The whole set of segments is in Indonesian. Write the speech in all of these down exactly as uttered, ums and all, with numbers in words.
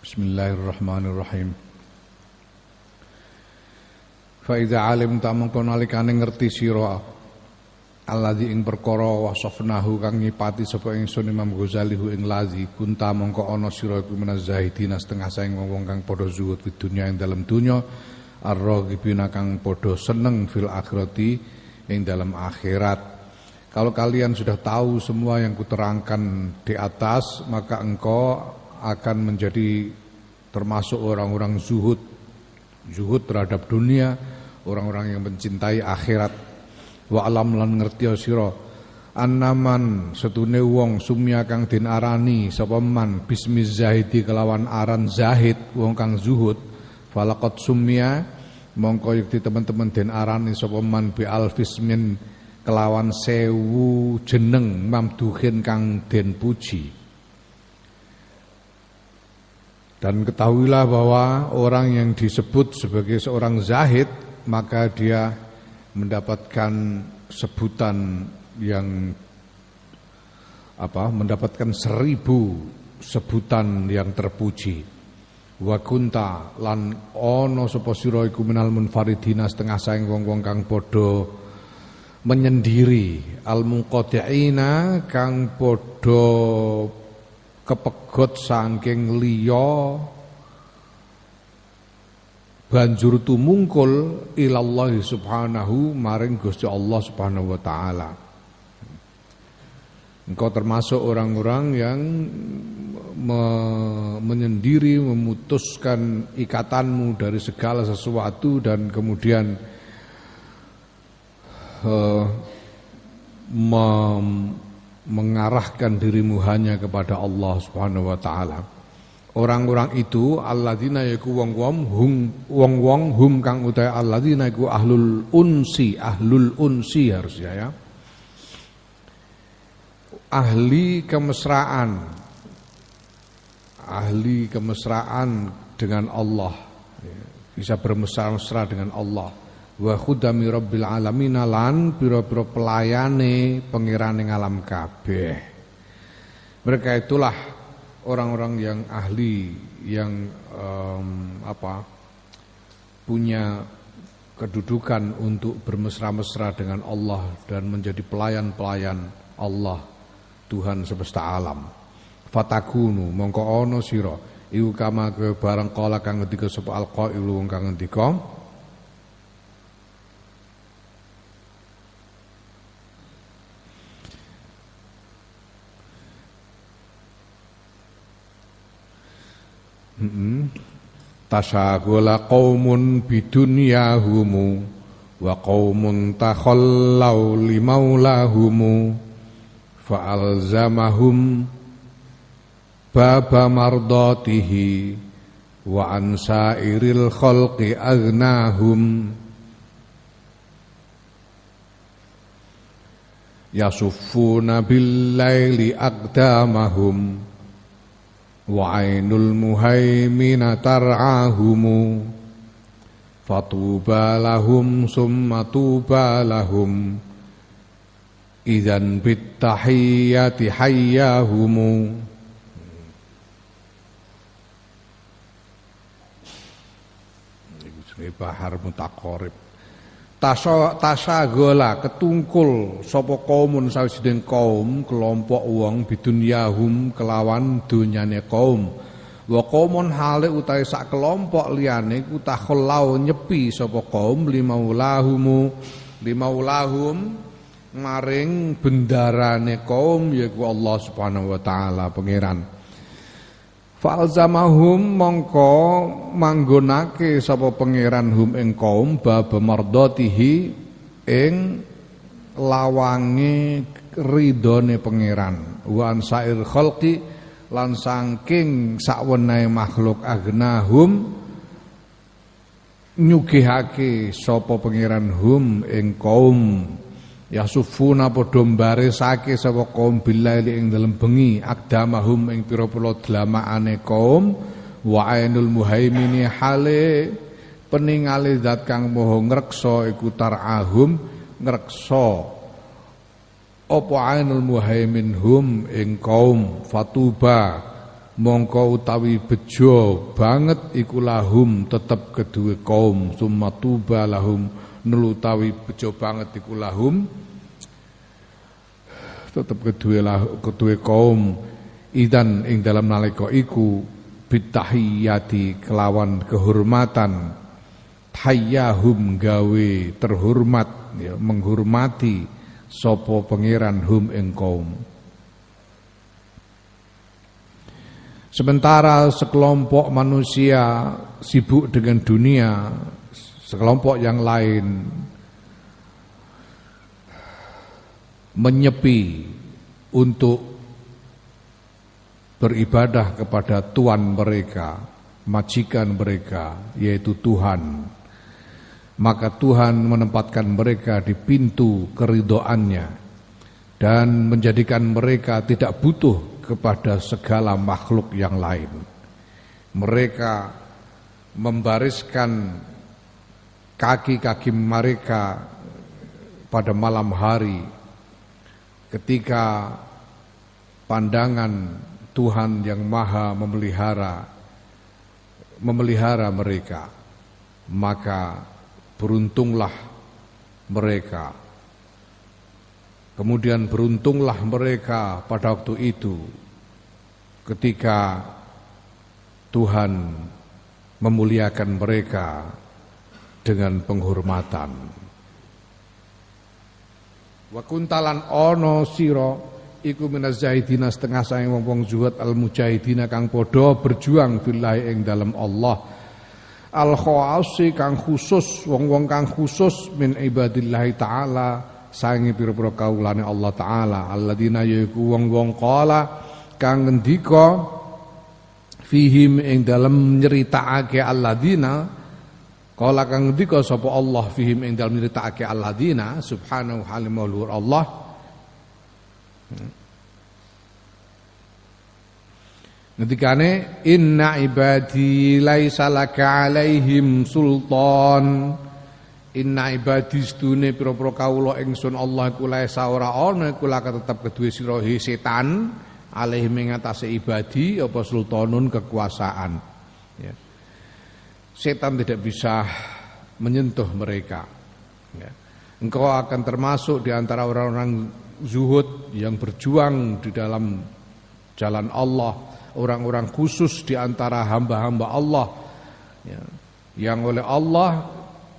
Bismillahirrahmanirrahim. Fa idza alimta mongko nalikane ngerti sira alladzi ing perkara wasafnahu kang nyipati sapa ingsun Imam Ghazali hu ing lazi kunta mongko ana sira iku minaz zahidina setengah saing wong-wong kang padha zuhud di dunya ing dalem dunya ar-raghibina kang padha seneng fil akhirati ing dalam akhirat. Kalau kalian sudah tahu semua yang kuterangkan di atas, maka engkau akan menjadi termasuk orang-orang zuhud, zuhud terhadap dunia, orang-orang yang mencintai akhirat. Wa alam lan ngerti sira annaman setune wong sumya kang den arani sapa man bismi zahidi kelawan aran zahid wong kang zuhud falaqat sumya mongko yekti teman-teman den arani sapa man bi alfismin kelawan sewu jeneng mamduhin kang den puji. Dan ketahuilah bahwa orang yang disebut sebagai seorang zahid maka dia mendapatkan sebutan yang apa? Mendapatkan seribu sebutan yang terpuji. Wa kunta lan ana sapa sira iku minal munfaridina setengah saing wong-wong kang padha menyendiri al-munqati'ina kang padha kepegot saking liya banjur tumungkul ilallah subhanahu maring Gusti Allah subhanahu wa ta'ala. Engkau termasuk orang-orang yang me menyendiri, memutuskan ikatanmu dari segala sesuatu dan kemudian uh, mengarahkan dirimu hanya kepada Allah Subhanahu wa taala. Orang-orang itu alladzina yaku wong-wong hum wong-wong hum kang utahe alladzina iku ahlul unsi, ahlul unsi harusnya ya. Ahli kemesraan. Ahli kemesraan dengan Allah. Bisa bermesra-mesra dengan Allah. Wa khudami rabbil alamin lan pira-pira pelayane pengirane alam kabeh. Mereka itulah orang-orang yang ahli yang um, apa punya kedudukan untuk bermesra-mesra dengan Allah dan menjadi pelayan-pelayan Allah Tuhan semesta alam. Fatakunu mongko ana sira iku kama kowe bareng kala kang ngendika sapa alqail wong kang ngendika tasyaghula qaumun bidunyahumu wa qaumun takhallau limaulahumu fa'alzamahum baba mardatihi wa an sairil khalqi aghnahum yasuffuna bil laili aqdamahum wa ainul muhaimina tar'ahumu fatuba lahum summa tuba lahum idzan bit tahiyyati hayyahumu. Iku jenenge bahar mutaqarrib. Tasa tasagola ketungkul sapa kaumun sawijining kaum kelompok wong bidunyahum kelawan dunyane kaum wa qaumun hale utahe sak kelompok liyane ku takhallau nyepi sapa kaum limaulahumu limaulahum maring bendarane kaum yaiku Allah Subhanahu wa taala pangeran. Fa'alzamahum mongko manggonake sapa pangeran hum ing kaum bab mardatihi ing lawange ridone pangeran wa ansair khalqi lan saking sakwenehe makhluk agnahum nyugihake sapa pangeran hum ing kaum yasufuna padha mbaresake sapa kaum billaili ing dalem bengi akdamahum ing pira-pira dlamakane kaum wa ainul muhaimini hale peningale zat kang maha ngreksa iku tarahum ngreksa apa ainul muhaimin hum ing kaum fatuba mongko utawi bejo banget iku lahum tetep kedue kaum summa tuba lahum nul utawi bejo banget iku lahum tetep kedue kedue kaum idan ing dalam nalika iku bitahiyati kelawan kehormatan tayyahum gawe terhormat ya menghormati sapa pangeran hum ing kaum. Sementara sekelompok manusia sibuk dengan dunia, sekelompok yang lain menyepi untuk beribadah kepada Tuhan mereka, majikan mereka, yaitu Tuhan. Maka Tuhan menempatkan mereka di pintu keridhoannya dan menjadikan mereka tidak butuh kepada segala makhluk yang lain. Mereka membariskan kaki-kaki mereka pada malam hari ketika pandangan Tuhan yang maha memelihara memelihara mereka, maka beruntunglah mereka. Kemudian beruntunglah mereka pada waktu itu ketika Tuhan memuliakan mereka dengan penghormatan. Wa kuntalan ono sira iku minaz zahidina setengah saing wong-wong zuhud al mujahidina kang padha berjuang fillahi ing dalem Allah. Al khawasi kang khusus wong-wong kang khusus min ibadillahi taala saingi pira-pira kaulane Allah taala alladzina yaiku wong-wong qala kang ngendika fihim ing dalem nyeritakake alladzina qala kang ngendika sapa Allah fihim ing dalem nyeritakake alladzina subhanahu halimul Allah ngendikane inna ibadi laisa laka alaihim sultan. Inna ibadi sedune pira-pira kawula ingsun Allah iku laisa ora ana iku laka tetep kedue sira setan alaihim ing atase ibadi apa sultanun kekuasaan ya. Setan tidak bisa menyentuh mereka ya. Engkau akan termasuk di antara orang-orang zuhud yang berjuang di dalam jalan Allah, orang-orang khusus di antara hamba-hamba Allah ya, yang oleh Allah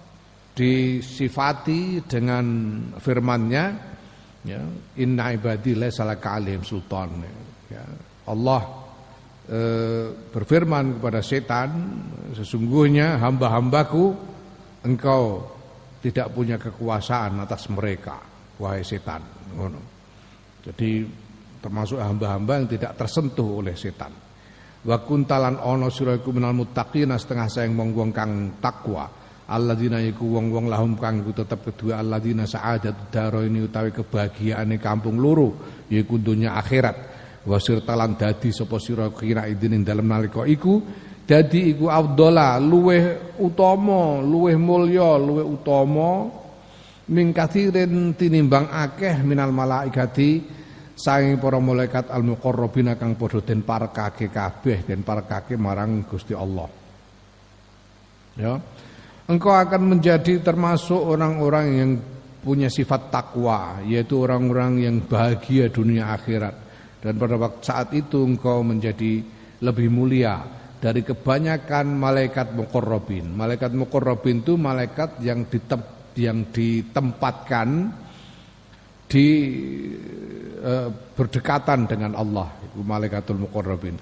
disifati dengan firman-Nya ya, inna ibadi laisa laka alaihim sultan ya. Allah e, berfirman kepada setan, sesungguhnya hamba-hambaku engkau tidak punya kekuasaan atas mereka wahai setan. Jadi termasuk hamba-hamba yang tidak tersentuh oleh setan. Wa kuntalan ana sira iku minal muttaqina setengah saing wong-wong kang takwa. Alladzina iku wong-wong lahum kang tetep kedua alladzina sa'adat daro ini utawi kebahagiaane kampung loro yaiku dunya akhirat. Wasir talan dadi sapa sira kira idin dalem nalika iku dadi iku afdhala luweh utama, luweh mulya, luweh utama min katsirin tinimbang akeh minal malaikati saking para malaikat al muqarrabina kang padha den parekake kabeh den parekake marang Gusti Allah. Ya. Engkau akan menjadi termasuk orang-orang yang punya sifat takwa, yaitu orang-orang yang bahagia dunia akhirat. Dan pada waktu saat itu engkau menjadi lebih mulia dari kebanyakan malaikat muqarrabin. Malaikat muqarrabin itu malaikat yang ditem, yang ditempatkan di e, berdekatan dengan Allah, itu malaikatul muqarrabin.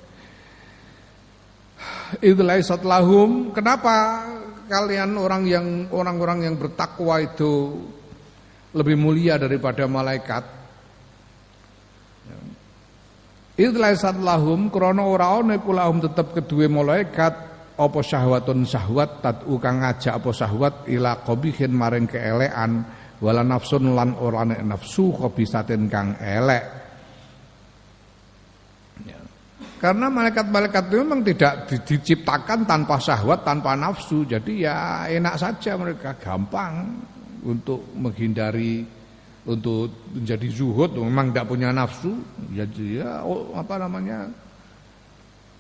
Idlaisat lahum, kenapa kalian orang yang orang-orang yang bertakwa itu lebih mulia daripada malaikat? Idlaisat lahum krana ora ana iku lahum tetep kedue malaikat apa syahwatun syahwat tad'u kang ngajak apa syahwat ila qabihin maring keelekan wala nafsun lan ora nek nafsu qabisaten kang elek. Karena malaikat-malaikat itu memang tidak diciptakan tanpa syahwat, tanpa nafsu. Jadi ya enak saja mereka, gampang untuk menghindari, untuk menjadi zuhud. Memang tidak punya nafsu. Jadi ya oh, apa namanya,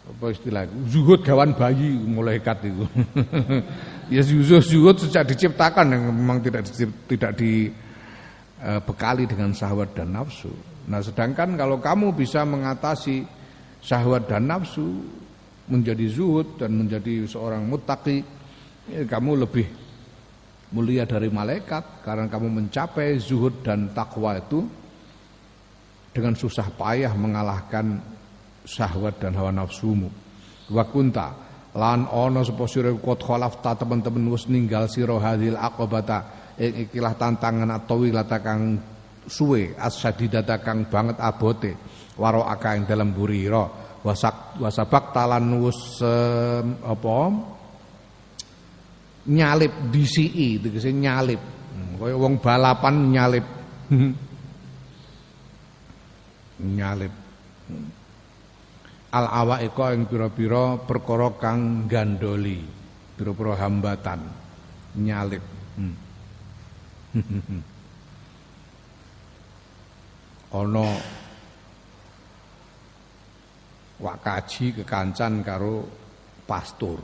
apa istilah zuhud gawan bayi malaikat itu. Ya zuhud zuhud sejak diciptakan yang memang tidak tidak dibekali dengan syahwat dan nafsu. Nah, sedangkan kalau kamu bisa mengatasi syahwat dan nafsu menjadi zuhud dan menjadi seorang muttaqi, ya, kamu lebih mulia dari malaikat karena kamu mencapai zuhud dan takwa itu dengan susah payah mengalahkan syahwat dan hawa nafsumu. Wa kunta lan ana sapa sira qad khalafta teman-teman wis ninggal sira hadil aqabata ing ikilah tantangan atau wilata kang suwe asadidata kang banget abote waro aka ing dalam burira wasak wasabak talan wis um, apa nyalip disiki tegese nyalip hmm, kaya wong balapan nyalip nyalip al awaika ing pira-pira perkara kang gandoli pira-pira hambatan nyalip hmm. Ono wak kaji kekancan karo pastur.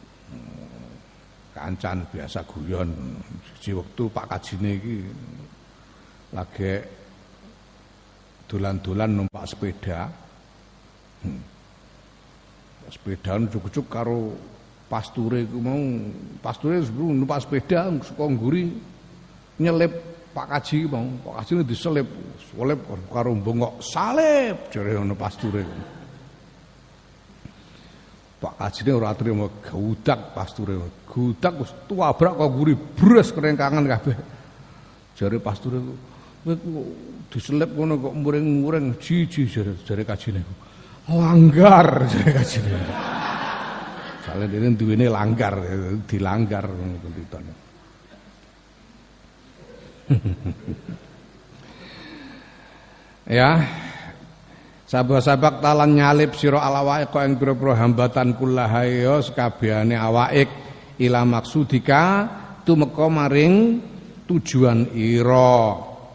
Kancan biasa guyon. Siji wektu Pak Kajine iki lagi dolan-dolan numpak sepeda. Hmm. Sepedaan cucuk-cucuk karo pasture iku mau pasture numpak sepeda saka ngguri nyelip Pak Kaji mau, Pak Kaji ini diselip, selip karo bengok salib, jare ngono pasture. Pak Kaji ini ora trimo gudak pasture, gudak wis tuabrak kok guri bres kerengkangan kabeh. Jare pasture kowe diselip ngono kok muring-muring jiji jare jare Kajine. Langgar jare Kajine. Soale dene duwene langgar, dilanggar ngono ditone. Ya sabak-sabak talan nyalip sira alawaik kok ing pira-pira hambatan kullahaya sekabehane awaik ila maksudika tumeka maring tujuan ira.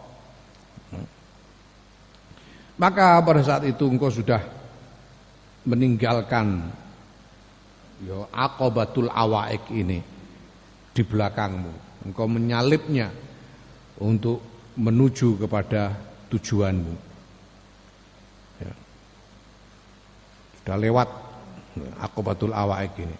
Maka pada saat itu engkau sudah meninggalkan ya aqabatul awaik ini di belakangmu. Engkau menyalipnya untuk menuju kepada tujuanmu. Ya. Sudah lewat aqabatul awaik ini.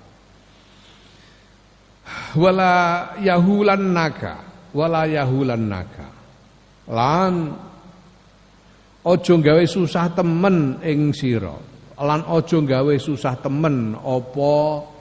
Wala yahulan naga, wala yahulan naga. Lan ojo gawe susah temen ing sira. Lan ojo gawe susah temen apa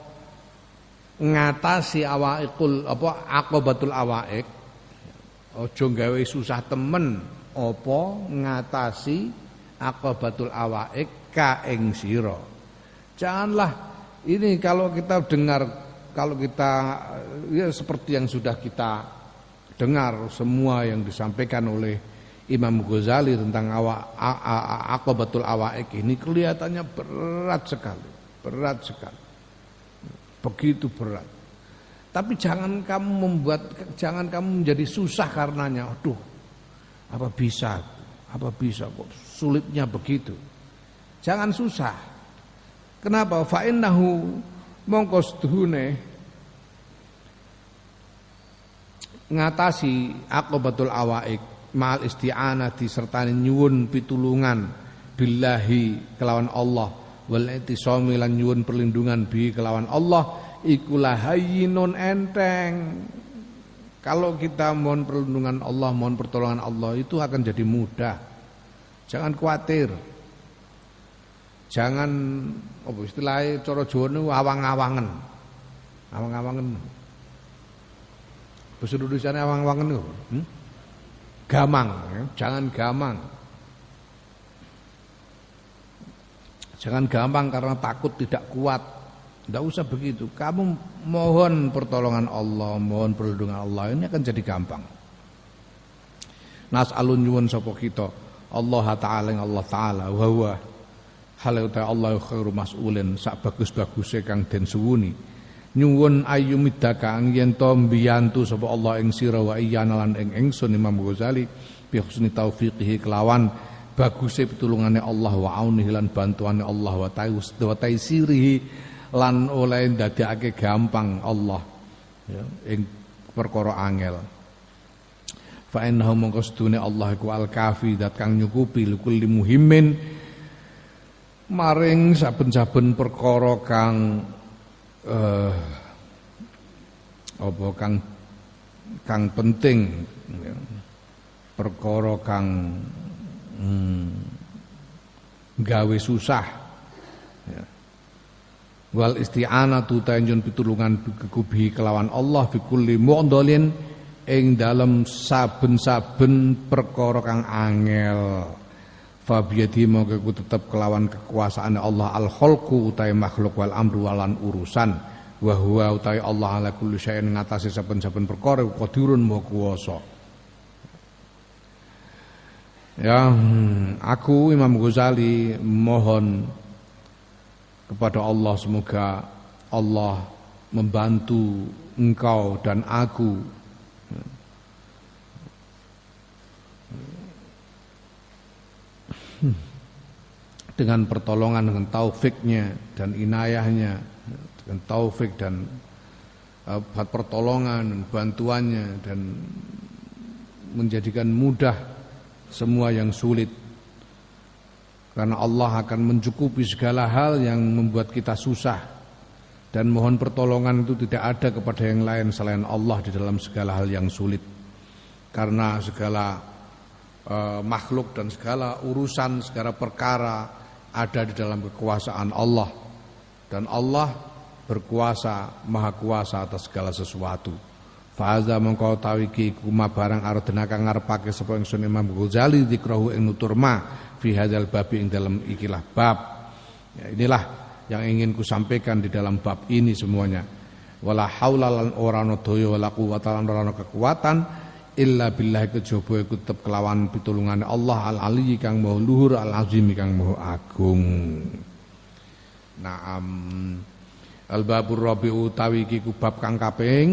ngatasi awaikul apa aqabatul awaik. Ojo gawe susah temen apa ngatasi aqabatul awaik ka ing sira. Janganlah ini kalau kita dengar kalau kita ya seperti yang sudah kita dengar semua yang disampaikan oleh Imam Ghazali tentang awa aqabatul awaik ini kelihatannya berat sekali, berat sekali. Begitu berat. Tapi jangan kamu membuat, jangan kamu menjadi susah karenanya. Aduh, apa bisa, apa bisa kok sulitnya begitu. Jangan susah. Kenapa? Fa innahu mongko seduhune ngatasi aqabatul awaik mal isti'anati serta nyuwun pitulungan billahi kelawan Allah wal itisami lan nyuwun perlindungan bi kelawan Allah. Ikulah hayyinun enteng. Kalau kita mohon perlindungan Allah, mohon pertolongan Allah itu akan jadi mudah. Jangan khawatir. Jangan apa istilahnya cara Jawa niku awang-awangen. Awang-awangen. Basa Indonesiane awang-awangen niku. Hmm? Gamang, ya. Jangan gamang. Jangan gampang karena takut tidak kuat. Tidak usah begitu. Kamu mohon pertolongan Allah, mohon perlindungan Allah, ini akan jadi gampang. Nas'alun nyuwun sapa kita Allah Ta'ala Allah Ta'ala wa huwa halau ta Allah khairu mas'ulin sak bagus-baguse kang den suwuni. Nyuwun ayyumidaka ang yen to mbiyantu sapa Allah ing sira wa iyana lan ing ingsun Imam Ghazali bi husni taufiqihi kelawan baguse pitulungane Allah wa aunihi lan bantuane Allah wa taisirihi lan oleh ndadekake gampang Allah ya ing perkara angel. Fa innahu mongko sedune Allah iku al-kafi dat kang nyukupi likulli muhimmin maring saben-saben perkara kang eh apa kang kang penting ya. Perkara kang hmm, gawe susah ya. Wal isti'anatu tanjun pitulungan bikubi kelawan Allah fi kulli mu'dhalin ing dalem saben-saben perkara kang angel fa biyadi mongko iku tetep kelawan kekuasaane Allah al khalqu utahe makhluk wal amru walan urusan wa huwa utahe Allah ala kulli syai'in ngatasi saben-saben perkara qadirun maha kuwasa. Ya, aku Imam Ghazali mohon kepada Allah semoga Allah membantu engkau dan aku dengan pertolongan, dengan taufiknya dan inayahnya, dengan taufik dan uh, pertolongan, bantuannya dan menjadikan mudah semua yang sulit, karena Allah akan mencukupi segala hal yang membuat kita susah, dan mohon pertolongan itu tidak ada kepada yang lain selain Allah di dalam segala hal yang sulit, karena segala uh, makhluk dan segala urusan, segala perkara ada di dalam kekuasaan Allah, dan Allah berkuasa, maha kuasa atas segala sesuatu. Faza mongko tawiki kuma barang ardena kang ngarepake sapa ingsun Imam Ghazali dzikrahu ing nutur ma fi hadzal babi ing dalam ikilah bab. Ya, inilah yang ingin ku sampaikan di dalam bab ini semuanya. Wala haula lan ora ana daya wala quwata lan ora ana kekuatan illa billahi kejaba iku tetep kelawan pitulungane Allah al ali kang maha luhur al azim kang maha agung. Naam al babur rabi'u utawi iki ku bab kang kaping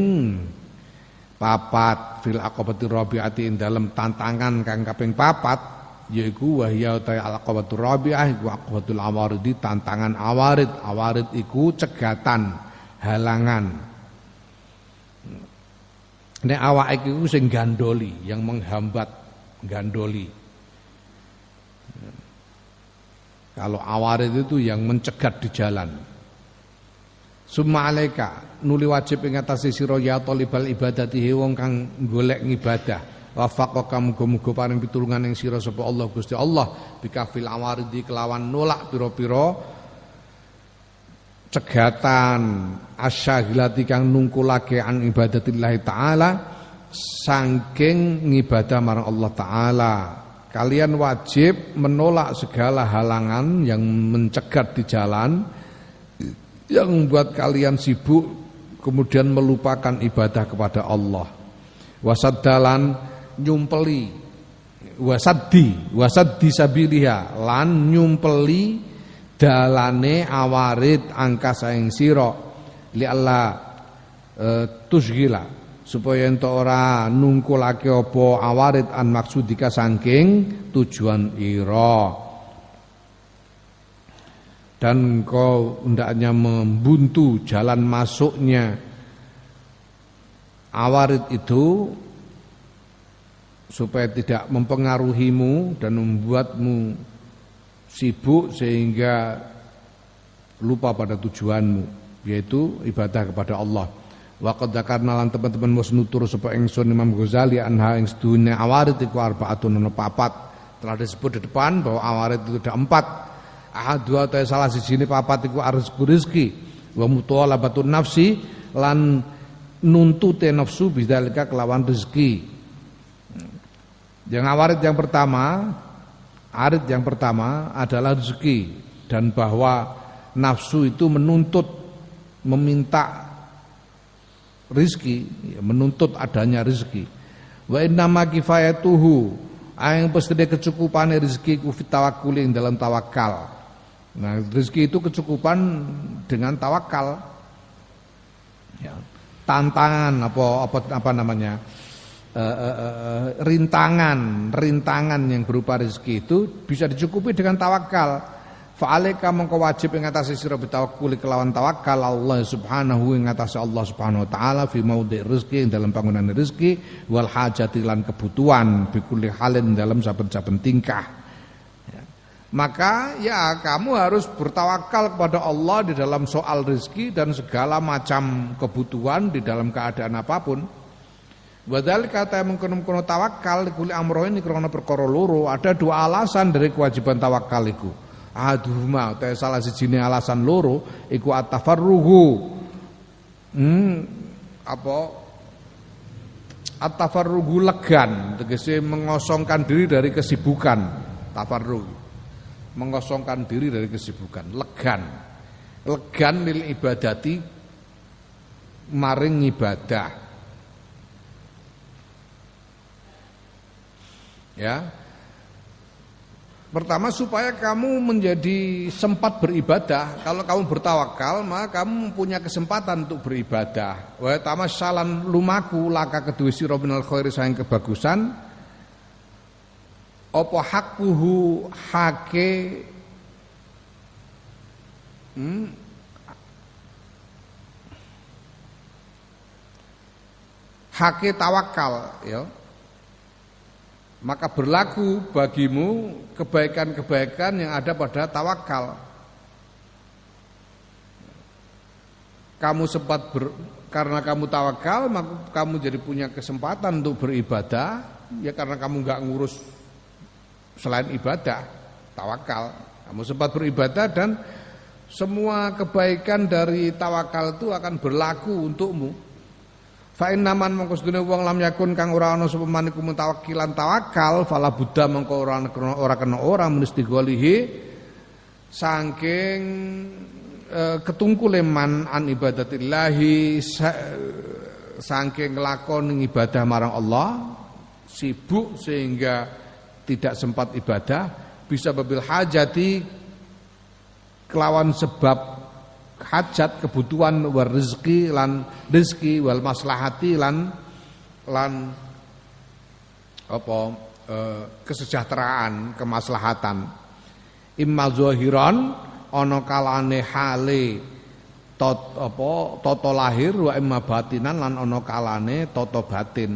papat fil aqabati rabi'ati ing dalem tantangan kang kaping papat yaiku wahya ta al aqabatu rabi'ah iku aqabatul awarid, tantangan awarid. Awarid iku cegatan, halangan. Nek awake iku sing gandoli, yang menghambat, gandoli. Kalau awarid itu yang mencegat di jalan. Summa alaika nuli wajib ing atase sira ya talibal ibadatihi wong kang golek ngibadah wafaqaka muga-muga paring pitulungan ing sira sapa Allah Gusti Allah bikafil awaridi kelawan nolak pira-pira cegatan asyghilati kang nungkulake an ibadatillah taala saking ngibadah marang Allah taala. Kalian wajib menolak segala halangan yang mencegat di jalan, yang membuat kalian sibuk kemudian melupakan ibadah kepada Allah. Wasaddalan nyumpeli, wasaddi, wasaddi sabiliha lan nyumpeli dalane awarid angkasa ing sira li Allah e, tusgila supaya ento ora nungkulake apa awarid an maksudika saking tujuan ira. Dan kau hendaknya membuntu jalan masuknya awarid itu supaya tidak mempengaruhimu dan membuatmu sibuk sehingga lupa pada tujuanmu, yaitu ibadah kepada Allah. Wa qad dzakarna lan teman-teman wis nutur sapa ingsun Imam Ghazali anha ing sedune awarid iku arbaatun ana papat. Telah disebut di depan bahwa awarid itu ada empat. Ahadu ta salah sijine papat iku arzku rezeki wa mutalabatun nafsi lan nuntute nafsu bidzalika kelawan rezeki. Yang awarid yang pertama, arid yang pertama adalah rezeki, dan bahwa nafsu itu menuntut, meminta rezeki, menuntut adanya rezeki. Wa innama kifayatuhu aing pestine kecukupane rezeki ku fitawakkul ing dalam tawakal. Nah, rezeki itu kecukupan dengan tawakal. Ya, tantangan apa apa apa namanya? uh, uh, uh, rintangan, rintangan yang berupa rezeki itu bisa dicukupi dengan tawakal. Fa'alaika mengko wajib ing atase sira bitawakkul kelawan tawakal Allah Subhanahu ing atase Allah Subhanahu wa taala fi maudhi rezeki ing dalam panggonan rezeki wal hajati lan kebutuhan bikulli halin dalam saben-saben tingkah. Ya. Maka ya kamu harus bertawakal kepada Allah di dalam soal rezeki dan segala macam kebutuhan di dalam keadaan apapun. Wadhal kata mengkono-kono tawakal kuli amroin krana perkara loro, ada dua alasan dari kewajiban tawakal iku. Aduhuma ta salah sijine alasan loro iku at-tafarruhu. Hmm apa at-tafarruhu legan, tegese mengosongkan diri dari kesibukan. Tafarruh mengosongkan diri dari kesibukan, legan. Legan lil ibadati maring ibadah. Ya. Pertama supaya kamu menjadi sempat beribadah. Kalau kamu bertawakal, maka kamu punya kesempatan untuk beribadah. Wa tamassalan lumaku laka kedue sira minal khairi saing kebagusan. Apa hakkuhu hake hmm, hake tawakal ya. Maka berlaku bagimu kebaikan-kebaikan yang ada pada tawakal. Kamu sempat ber, karena kamu tawakal, maka kamu jadi punya kesempatan untuk beribadah. Ya karena kamu nggak ngurus selain ibadah, tawakal. Kamu sempat beribadah dan semua kebaikan dari tawakal itu akan berlaku untukmu. Fa inna man mongko sedune wong lam yakun kang ora ana sapa man iku mutawakkilan tawakal fala buddha mongko ora ora kena ora munistigolihi saking e, ketungkule man an ibadatillahi saking nglakoni ibadah marang Allah sibuk sehingga tidak sempat ibadah bisa babil hajati kelawan sebab hajat kebutuhan war rezeki lan rezeki wal maslahati lan lan apa e, kesejahteraan kemaslahatan imma zahiran ana kalane hale tot apa tata lahir wa imma batinan lan ana kalane tata batin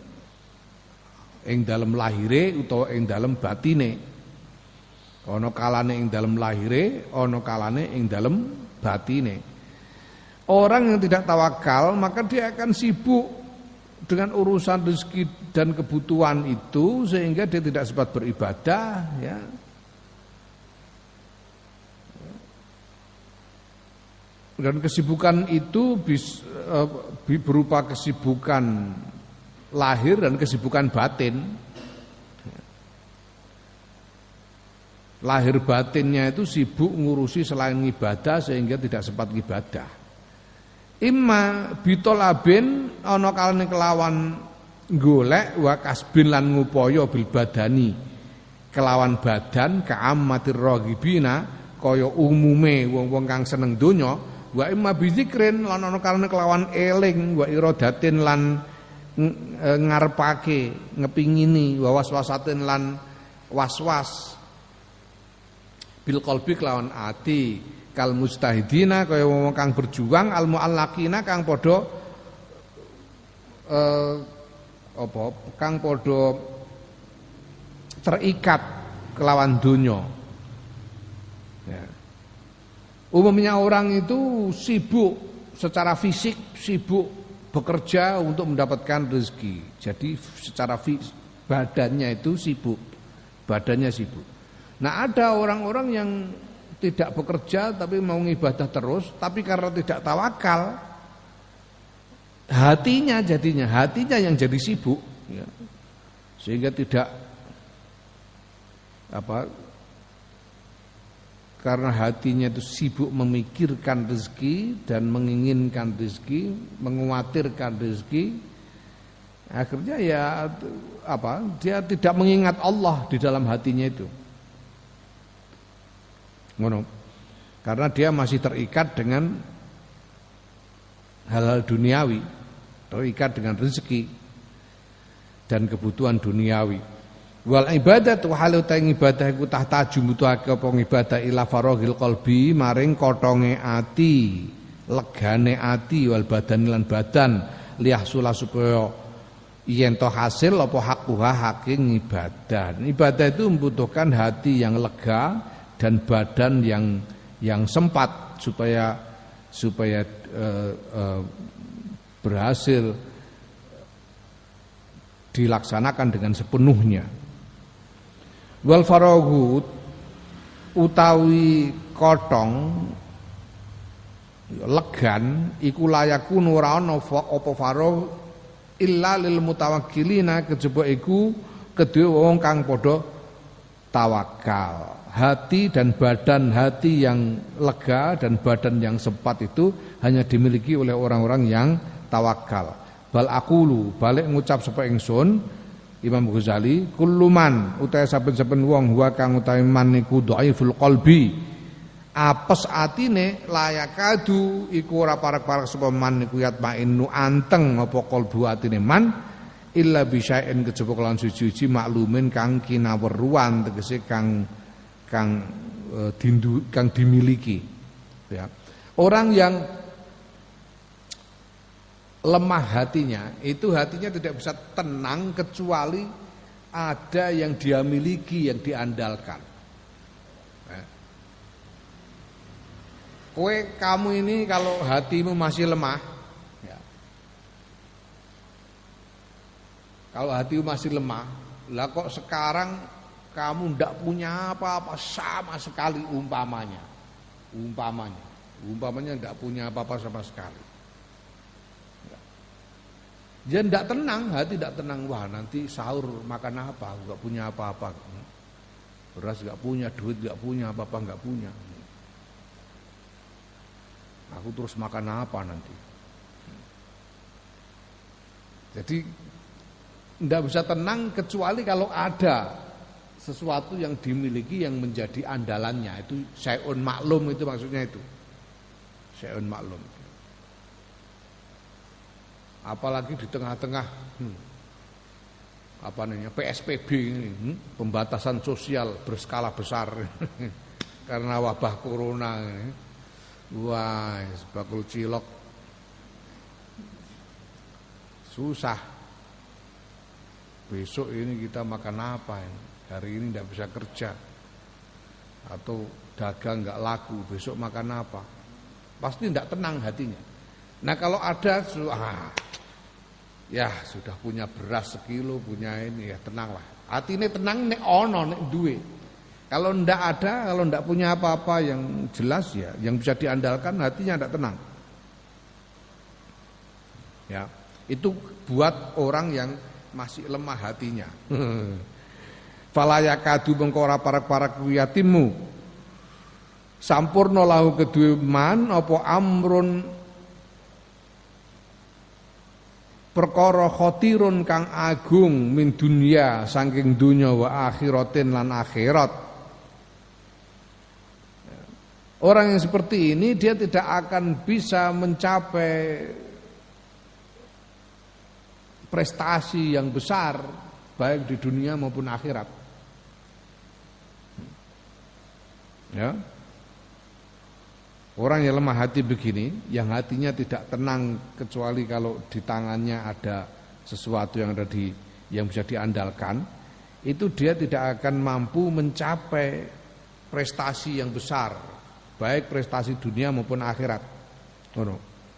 ing dalem lahire utawa ing dalem batine ana kalane ing dalem lahire ana kalane ing dalem batine. Orang yang tidak tawakal maka dia akan sibuk dengan urusan rezeki dan kebutuhan itu sehingga dia tidak sempat beribadah ya. Dan kesibukan itu bis, uh, berupa kesibukan lahir dan kesibukan batin. Lahir batinnya itu sibuk ngurusi selain ibadah sehingga tidak sempat ibadah. Imma bitolabin ana kalane kelawan golek wa kasbin lan ngupaya bil badani kelawan badan ka'ammatir raghibina kaya umume wong-wong kang seneng donya wa imma bizikrin lan ana kalane kelawan eling wa iradatin lan ngarepake ngepingini wa waswasatin lan waswas bil qalbi kelawan ati kal mustahidina kaya wong kang berjuang al muallaqina kang padha eh, apa kang padha terikat kelawan donya ya. Umumnya orang itu sibuk secara fisik sibuk bekerja untuk mendapatkan rezeki. Jadi secara fisik badannya itu sibuk badannya sibuk. Nah ada orang-orang yang tidak bekerja tapi mau ngibadah terus, tapi karena tidak tawakal, hatinya jadinya hatinya yang jadi sibuk, ya. Sehingga tidak apa, karena hatinya itu sibuk memikirkan rezeki dan menginginkan rezeki, menguatirkan rezeki, akhirnya ya apa, dia tidak mengingat Allah di dalam hatinya itu. Ngono. Karena dia masih terikat dengan hal-hal duniawi, terikat dengan rezeki. dan kebutuhan duniawi. Wal ibadatu halu ta ibadah iku tahtaju mutuake apa ibadah ila faraghil qalbi maring kotonge ati, legane ati wal badan lan badan liyahsula supaya yen to hasil apa hakuha haking ibadah. Ibadah itu membutuhkan hati yang lega dan badan yang yang sempat supaya supaya uh, uh, berhasil dilaksanakan dengan sepenuhnya. Wal faraghu utawi kotong legan iku layakun ora ana apa faragh illa lil mutawakkilina kejaba iku kedue wong kang padha tawakal. Hati dan badan hati yang lega dan badan yang sempat itu hanya dimiliki oleh orang-orang yang tawakal. Bal aqulu balik ngucap sapa ingsun Imam Ghazali kulluman utahe saben-saben wong wa kang utahe man niku dhaiful qalbi apes atine layakadu iku ora parek-parek sapa man niku yatmainu anteng apa kalbu atine man illa bisain kejaba kelawan suci-suci maklumin kang kinaweruan tegese kang kang e, dindu, kang dimiliki ya. Orang yang lemah hatinya, itu hatinya tidak bisa tenang kecuali ada yang dia miliki, yang diandalkan. Ya. Kowe kamu ini kalau hatimu masih lemah, ya. Kalau hatimu masih lemah, lah kok sekarang kamu ndak punya apa-apa sama sekali umpamanya, umpamanya, umpamanya ndak punya apa-apa sama sekali. Dia tidak tenang, hati tidak tenang. Wah nanti sahur makan apa? Enggak punya apa-apa. Beras enggak punya, duit enggak punya, apa-apa enggak punya. Aku terus makan apa nanti? Jadi tidak bisa tenang kecuali kalau ada sesuatu yang dimiliki yang menjadi andalannya. Itu syai'un maklum, itu maksudnya itu. Syai'un maklum. Apalagi di tengah-tengah hmm, apa namanya P S B B ini, hmm, pembatasan sosial berskala besar karena wabah corona ini. Wah, bakul cilok susah. Besok ini kita makan apa ini? Hari ini tidak bisa kerja atau dagang nggak laku. Besok makan apa? Pasti tidak tenang hatinya. Nah kalau ada ah, ya sudah punya beras sekilo, punya ini ya tenanglah. Hati ini tenang nek ono nek duwe. Kalau ndak ada, kalau ndak punya apa-apa yang jelas ya, yang bisa diandalkan hatinya ndak tenang. Ya, itu buat orang yang masih lemah hatinya. Falayakadu mengko ora parek-parek yatimmu. Sampurna lahu kedue man apa amrun perkara khotirun kang agung min dunya saking dunya wa akhiratin lan akhirat. Orang yang seperti ini dia tidak akan bisa mencapai prestasi yang besar baik di dunia maupun akhirat. Ya. Orang yang lemah hati begini, yang hatinya tidak tenang kecuali kalau di tangannya ada sesuatu yang ada di yang bisa diandalkan, itu dia tidak akan mampu mencapai prestasi yang besar, baik prestasi dunia maupun akhirat. Ngono.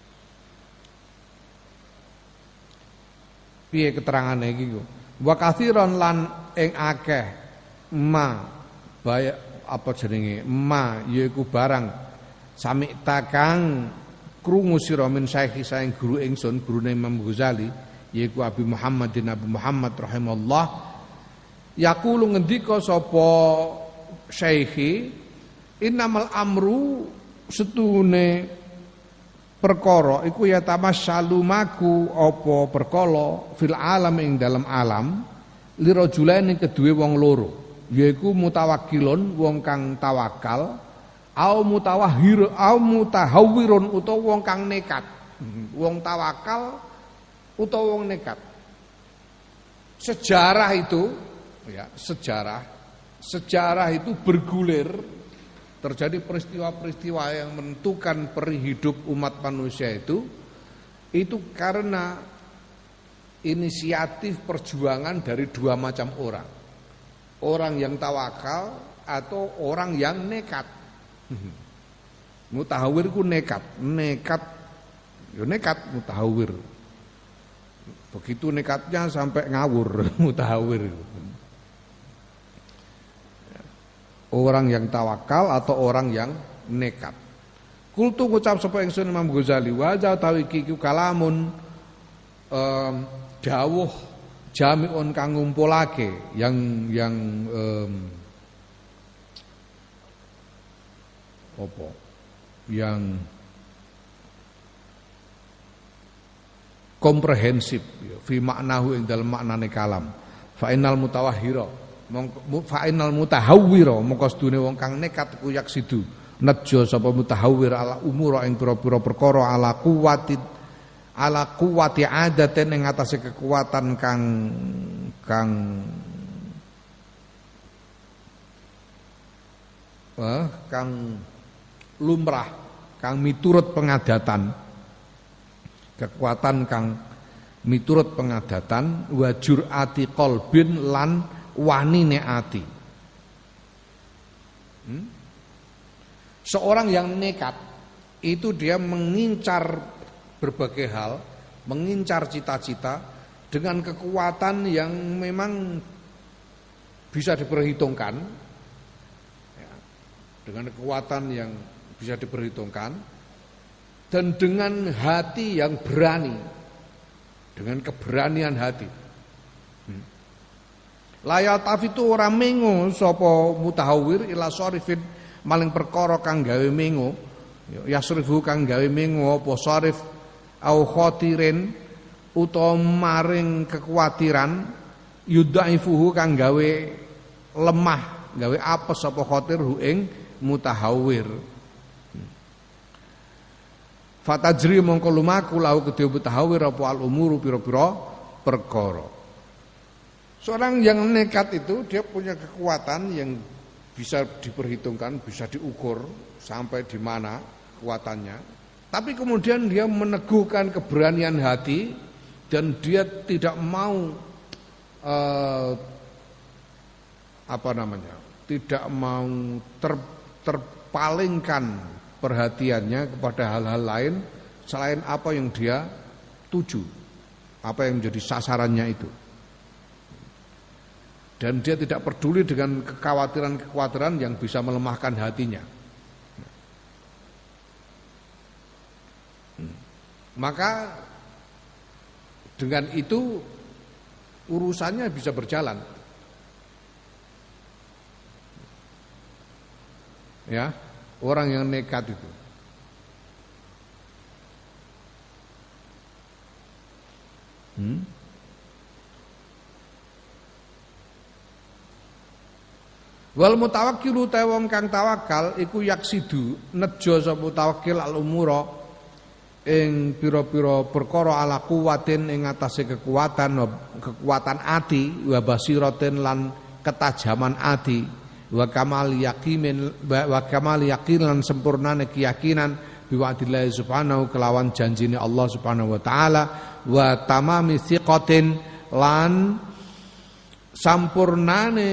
Piye keterangane iki ku? Wa katsiran lan ing akeh ma bayak apa jenenge? Ma yaiku barang sami takang krungu sira min saiki saeng guru ingsun gurune Imam Ghazali yaiku Abi Muhammadin Abi Muhammad rahimallah yaqulu ngendika sapa syekhi innamal amru setune perkara iku ya tamassalu maku apa perkala fil alam ing dalam alam lirajulaini kedue wong loro yaiku mutawakkilun wong kang tawakal au mutawahhir au mutahawwirun utawa wong kang nekat. Wong tawakal utawa wong nekat. sejarah itu ya, sejarah sejarah itu bergulir, terjadi peristiwa-peristiwa yang menentukan peri hidup umat manusia itu itu karena inisiatif perjuangan dari dua macam orang. Orang yang tawakal atau orang yang nekat. Mutahawir ku nekat, nekat, yo nekat mutahawir. Begitu nekatnya sampai ngawur mutahawir. Orang yang tawakal atau orang yang nekat. Kultu ngucap sapa ingsun Imam Ghazali wa tawi iki kalamun um, dawuh jami'un kang ngumpulake yang yang um, apa yang komprehensif fi maknahu ing dalem maknane kalam fa innal mutawahhira fa innal mutahawwira mongko sedune wong kang nekat ku yak sidu najja sapa mutahawwir ala umura ing pira-pira perkara ala kuwatit ala kuwati adaten ing atase kekuatan kang kang eh, kang lumrah, kang miturut pengadatan, kekuatan kang miturut pengadatan, wajur ati kolbin lan wanine ati. Hmm? Seorang yang nekat itu dia mengincar berbagai hal, mengincar cita-cita dengan kekuatan yang memang bisa diperhitungkan, ya, dengan kekuatan yang bisa diperhitungkan dan dengan hati yang berani, dengan keberanian hati. Hmm. Layal tafitu ora mengo sapa mutahawir ila sarifin maling perkara kang gawe mengo, yasrifu kang gawe mengo apa sarif au khatirin utawa maring kekhawatiran yudhaifuhu kang gawe lemah, gawe apes apa khatir hu ing mutahawir. Fatajri mongko lumaku lahu kedhe mutahawir apa al umuru pira-pira perkara. Seorang yang nekat itu dia punya kekuatan yang bisa diperhitungkan, bisa diukur sampai di mana kekuatannya. Tapi kemudian dia meneguhkan keberanian hati dan dia tidak mau eh, apa namanya? Tidak mau ter, terpalingkan perhatiannya kepada hal-hal lain selain apa yang dia tuju, apa yang menjadi sasarannya itu. Dan dia tidak peduli dengan kekhawatiran-kekhawatiran yang bisa melemahkan hatinya. Maka dengan itu urusannya bisa berjalan. Ya, orang yang nekat itu. Hmm? Wal mutawakkilu ta wong kang tawakal iku yaksidu nejo sapa mutawakkil al umura ing pira-pira perkara ala kuwatin ing atase kekuatan kekuatan ati wa basiratin lan ketajaman ati wa kamal yaqimin wa kamal yaqin lan sempurnane keyakinan biwa'dillah subhanahu kelawan janjine Allah subhanahu wa taala wa tamami thiqatin lan sampurnane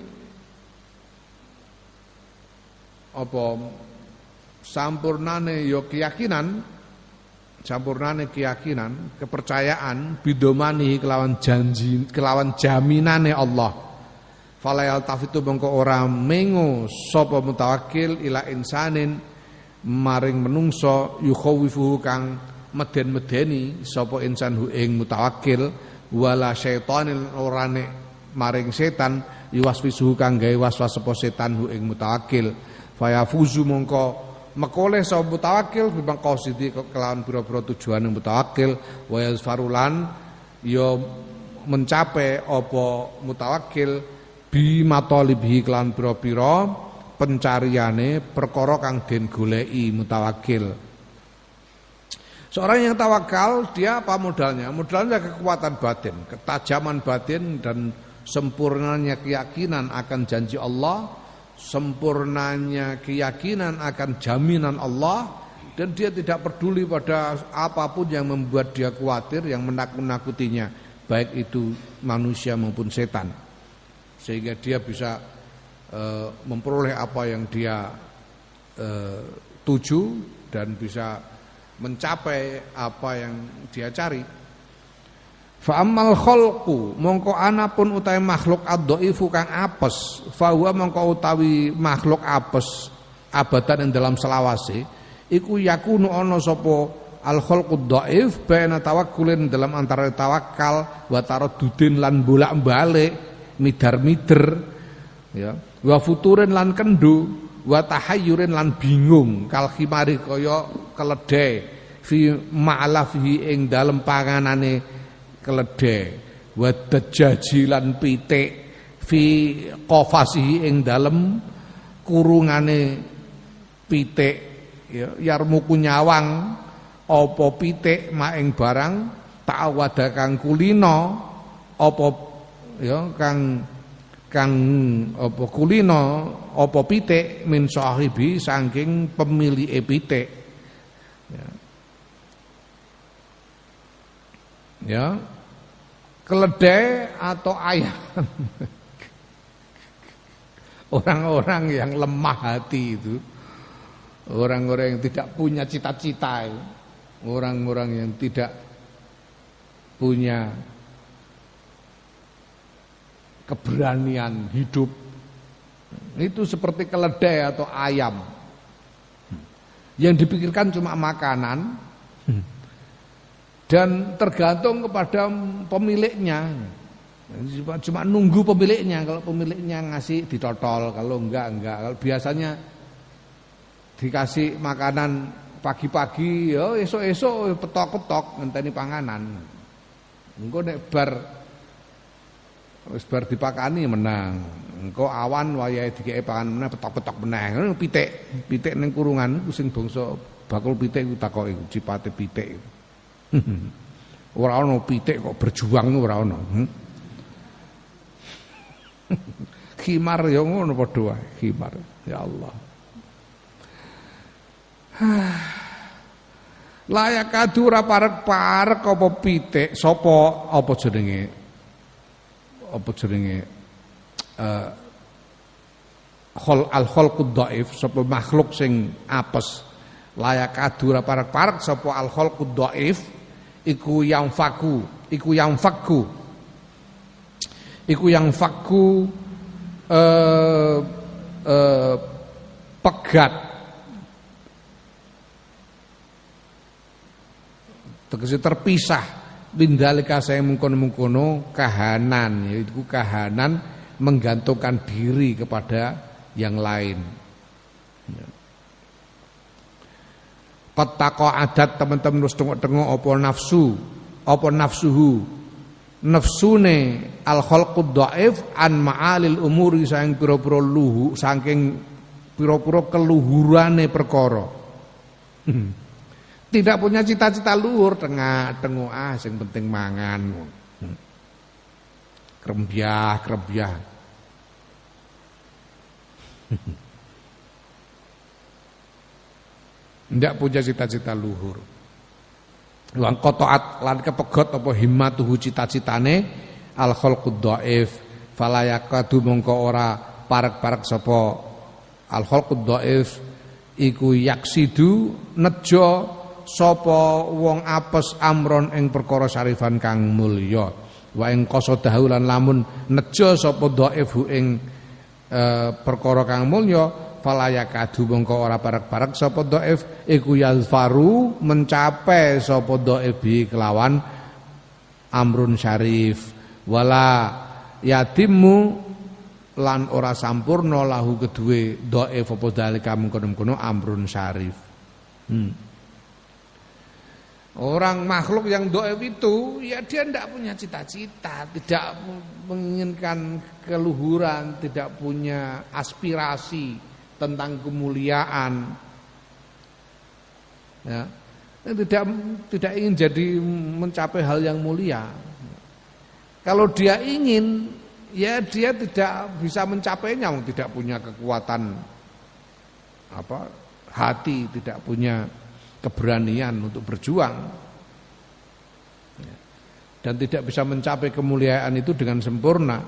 apa sampurnane ya keyakinan sampurnane keyakinan kepercayaan bidomani kelawan janji kelawan jaminane Allah falayal tafitu mengko ora mengo sapa mutawakkil ila insanin maring menungso yukhawifu kang meden-medeni sapa insan hu ing mutawakkil wala syaitanin orane maring setan yuwaswisu kang gawe waswas sapa setan hu ing mutawakkil fayafuzu mongko mekoleh sapa mutawakkil bimang qasidi kelawan pira-pira tujuane mutawakkil wa yazfarulan ya mencapai apa mutawakkil bi matalibihi kelawan pira-pira pencariane perkara kang den goleki mutawakkil. Seorang yang tawakal, dia apa modalnya? Modalnya kekuatan batin, ketajaman batin dan sempurnanya keyakinan akan janji Allah, sempurnanya keyakinan akan jaminan Allah, dan dia tidak peduli pada apapun yang membuat dia khawatir, yang menakut-nakutinya, baik itu manusia maupun setan. Sehingga dia bisa e, memperoleh apa yang dia e, tuju dan bisa mencapai apa yang dia cari. Fa ammal khalqu mongko anapun utawi makhluk ad-dhaifu kang apes, fa huwa mongko utawi makhluk apes abadan ing dalam selawase iku yakunu ana sapa al khalqud dhaif baina tawakkulin dalam antara tawakal wa taraddudin lan bolak-balik midar-mider ya wa futurin lan kendu wa tahayyurin lan bingung kal khimari kaya keledai fi ma'lafihi ing dalem panganane keledai wa dajaji lan pitik fi qafasihi ing dalem kurungane pitik ya yarmuku nyawang apa pitik maing barang ta'awada kang kulina apa ya kang kang apa kulina apa pitik min sahibi saking pemilike pitik ya. Ya keledai atau ayam orang-orang yang lemah hati itu, orang-orang yang tidak punya cita-cita, orang-orang yang tidak punya keberanian hidup, itu seperti keledai atau ayam yang dipikirkan cuma makanan dan tergantung kepada pemiliknya. Cuma nunggu pemiliknya, kalau pemiliknya ngasih ditotol, kalau enggak enggak. Kalau biasanya dikasih makanan pagi-pagi, ya esok-esok petok-petok ngenteni panganan. Engko nek bar wis bar dipakani menang. Engko awan wayahe dikeki pangan meneh petok-petok meneh. Ngono pitik, pitik ning kurungan iku sing bangsa bakul pitik iku takoki cipate pitik. Ora ana pitik kok berjuang ora ana. Hmm? Khimar ya ngono padha wae, khimar. Ya Allah. Layak kadura parek-parek apa pitik sapa apa jenenge? Apa jenenge? Eh khol al khalqud dhaif sapa makhluk sing apes. Layak kadura parek-parek sapa al khalqud dhaif iku yang faku, iku yang fakku. Iku yang fakku eh eh pegat tegese terpisah bindalika saya mengkono-mengkono kahanan, yaitu kahanan menggantungkan diri kepada yang lain. Petako adat teman-teman wis tengok-tengok apa nafsu, apa nafsuhu. Nafsune al khalqud dhaif an ma'alil umuri saking pira-pira luhu saking pira-pira keluhurane perkara. Tidak punya cita-cita luhur, tengah tengok ah sing penting mangan. Krembyah, krembyah. Tidak punya cita-cita luhur. Lan qataat lan kepegot apa himmatuhu cita-citane al khalqud dhaif fala yaqadu mongko ora parek-parek sapa al khalqud dhaif iku yaksidu nejo sapa wong apes amron ing perkara sarifan kang mulya wa ing qasadahu lan lamun nejo sapa dhaifu ing e, perkara kang mulya fala yakadu mongko ora parek-parek sapa dhaif iku yazfaru mencapai sapa dhaif bi kelawan amrun syarif wala yatimmu lan ora sampurna lahu kedue dhaif apa dalika mengkono-kono amrun syarif. Hmm. Orang makhluk yang dhaif itu ya dia tidak punya cita-cita, tidak menginginkan keluhuran, tidak punya aspirasi tentang kemuliaan ya. tidak tidak ingin jadi mencapai hal yang mulia. Kalau dia ingin, ya dia tidak bisa mencapainya, tidak punya kekuatan apa hati, tidak punya keberanian untuk berjuang, dan tidak bisa mencapai kemuliaan itu dengan sempurna.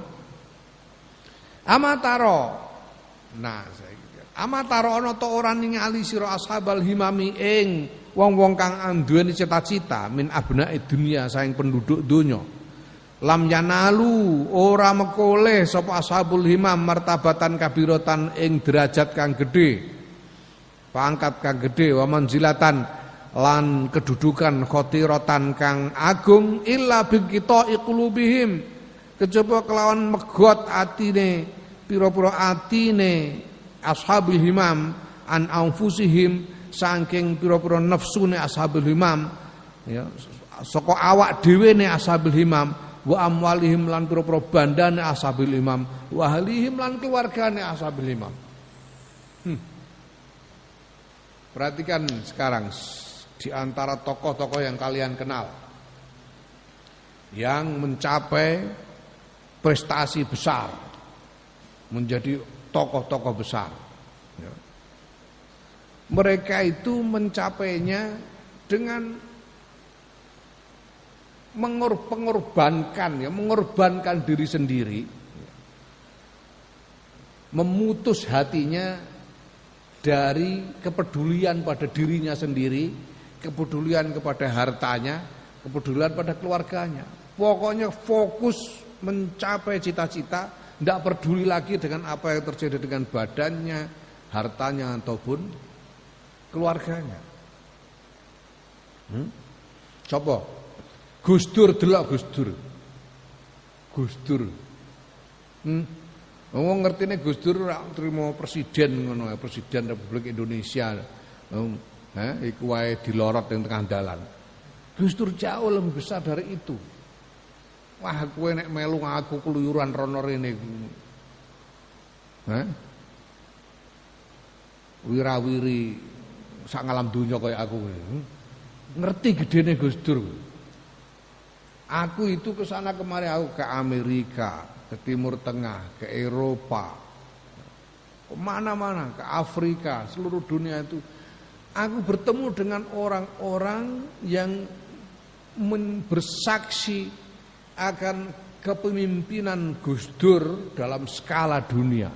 Amataro, nah amataro ana ta ora ningali sira ashabal himami ing wong-wong kang anduweni cita-cita min abna'i dunya saing penduduk donya. Lam yanalu ora mekoleh sapa ashabul himam martabatan kabiratan ing derajat kang gedhe, pangkat kang gedhe, wa manzilatan lan kedudukan khotiratan kang agung illa biqita iqlubihim, kejaba kelawan megot atine pira-pira atine ashabul himam an anfusihim saking pira-pira nafsune ashabul himam, ya saka awak dhewe ne ashabul himam, wa amwalihim lan pira-pira bandane ashabil imam, wa ahlihim lan keluargane ashabil imam. Hmm. Perhatikan sekarang di antara tokoh-tokoh yang kalian kenal yang mencapai prestasi besar, menjadi tokoh-tokoh besar, ya. Mereka itu mencapainya dengan mengorbankan, ya, mengorbankan diri sendiri, memutus hatinya dari kepedulian pada dirinya sendiri, kepedulian kepada hartanya, kepedulian pada keluarganya. Pokoknya fokus mencapai cita-cita, tidak peduli lagi dengan apa yang terjadi dengan badannya, hartanya ataupun keluarganya. Hmm? Coba Gus Dur delok Gus Dur. Gus Dur. Hmm. Wong ngertine Gus Dur ora trimo presiden ngono, presiden Republik Indonesia. Oh, eh iku wae dilorot ning tengah dalan. Gus Dur jauh lebih besar dari itu. Wah, kowe nek melu aku keluyuran rono rene. Heh. Wirawiri sak ngalam donya kaya aku. Ngerti gedene Gus Dur. Aku itu ke sana kemari, aku ke Amerika, ke Timur Tengah, ke Eropa, kemana-mana, ke Afrika, seluruh dunia itu. Aku bertemu dengan orang-orang yang bersaksi akan kepemimpinan Gus Dur dalam skala dunia.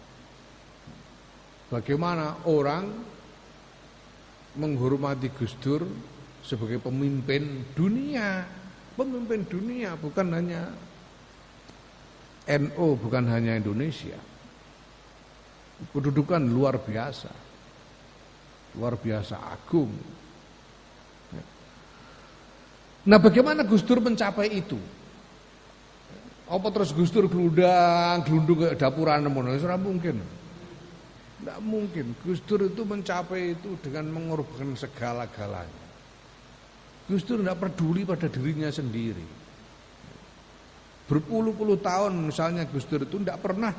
Bagaimana orang menghormati Gus Dur sebagai pemimpin dunia. Pemimpin dunia, bukan hanya N U, bukan hanya Indonesia. Kedudukan luar biasa, luar biasa agung. Nah, bagaimana Gus Dur mencapai itu? Apa terus Gus Dur gelundang, gelundung ke dapuran mono? Ora mungkin. Tidak mungkin. Gus Dur itu mencapai itu dengan mengorbankan segala-galanya. Gus Dur tidak peduli pada dirinya sendiri. Berpuluh-puluh tahun misalnya Gus Dur itu tidak pernah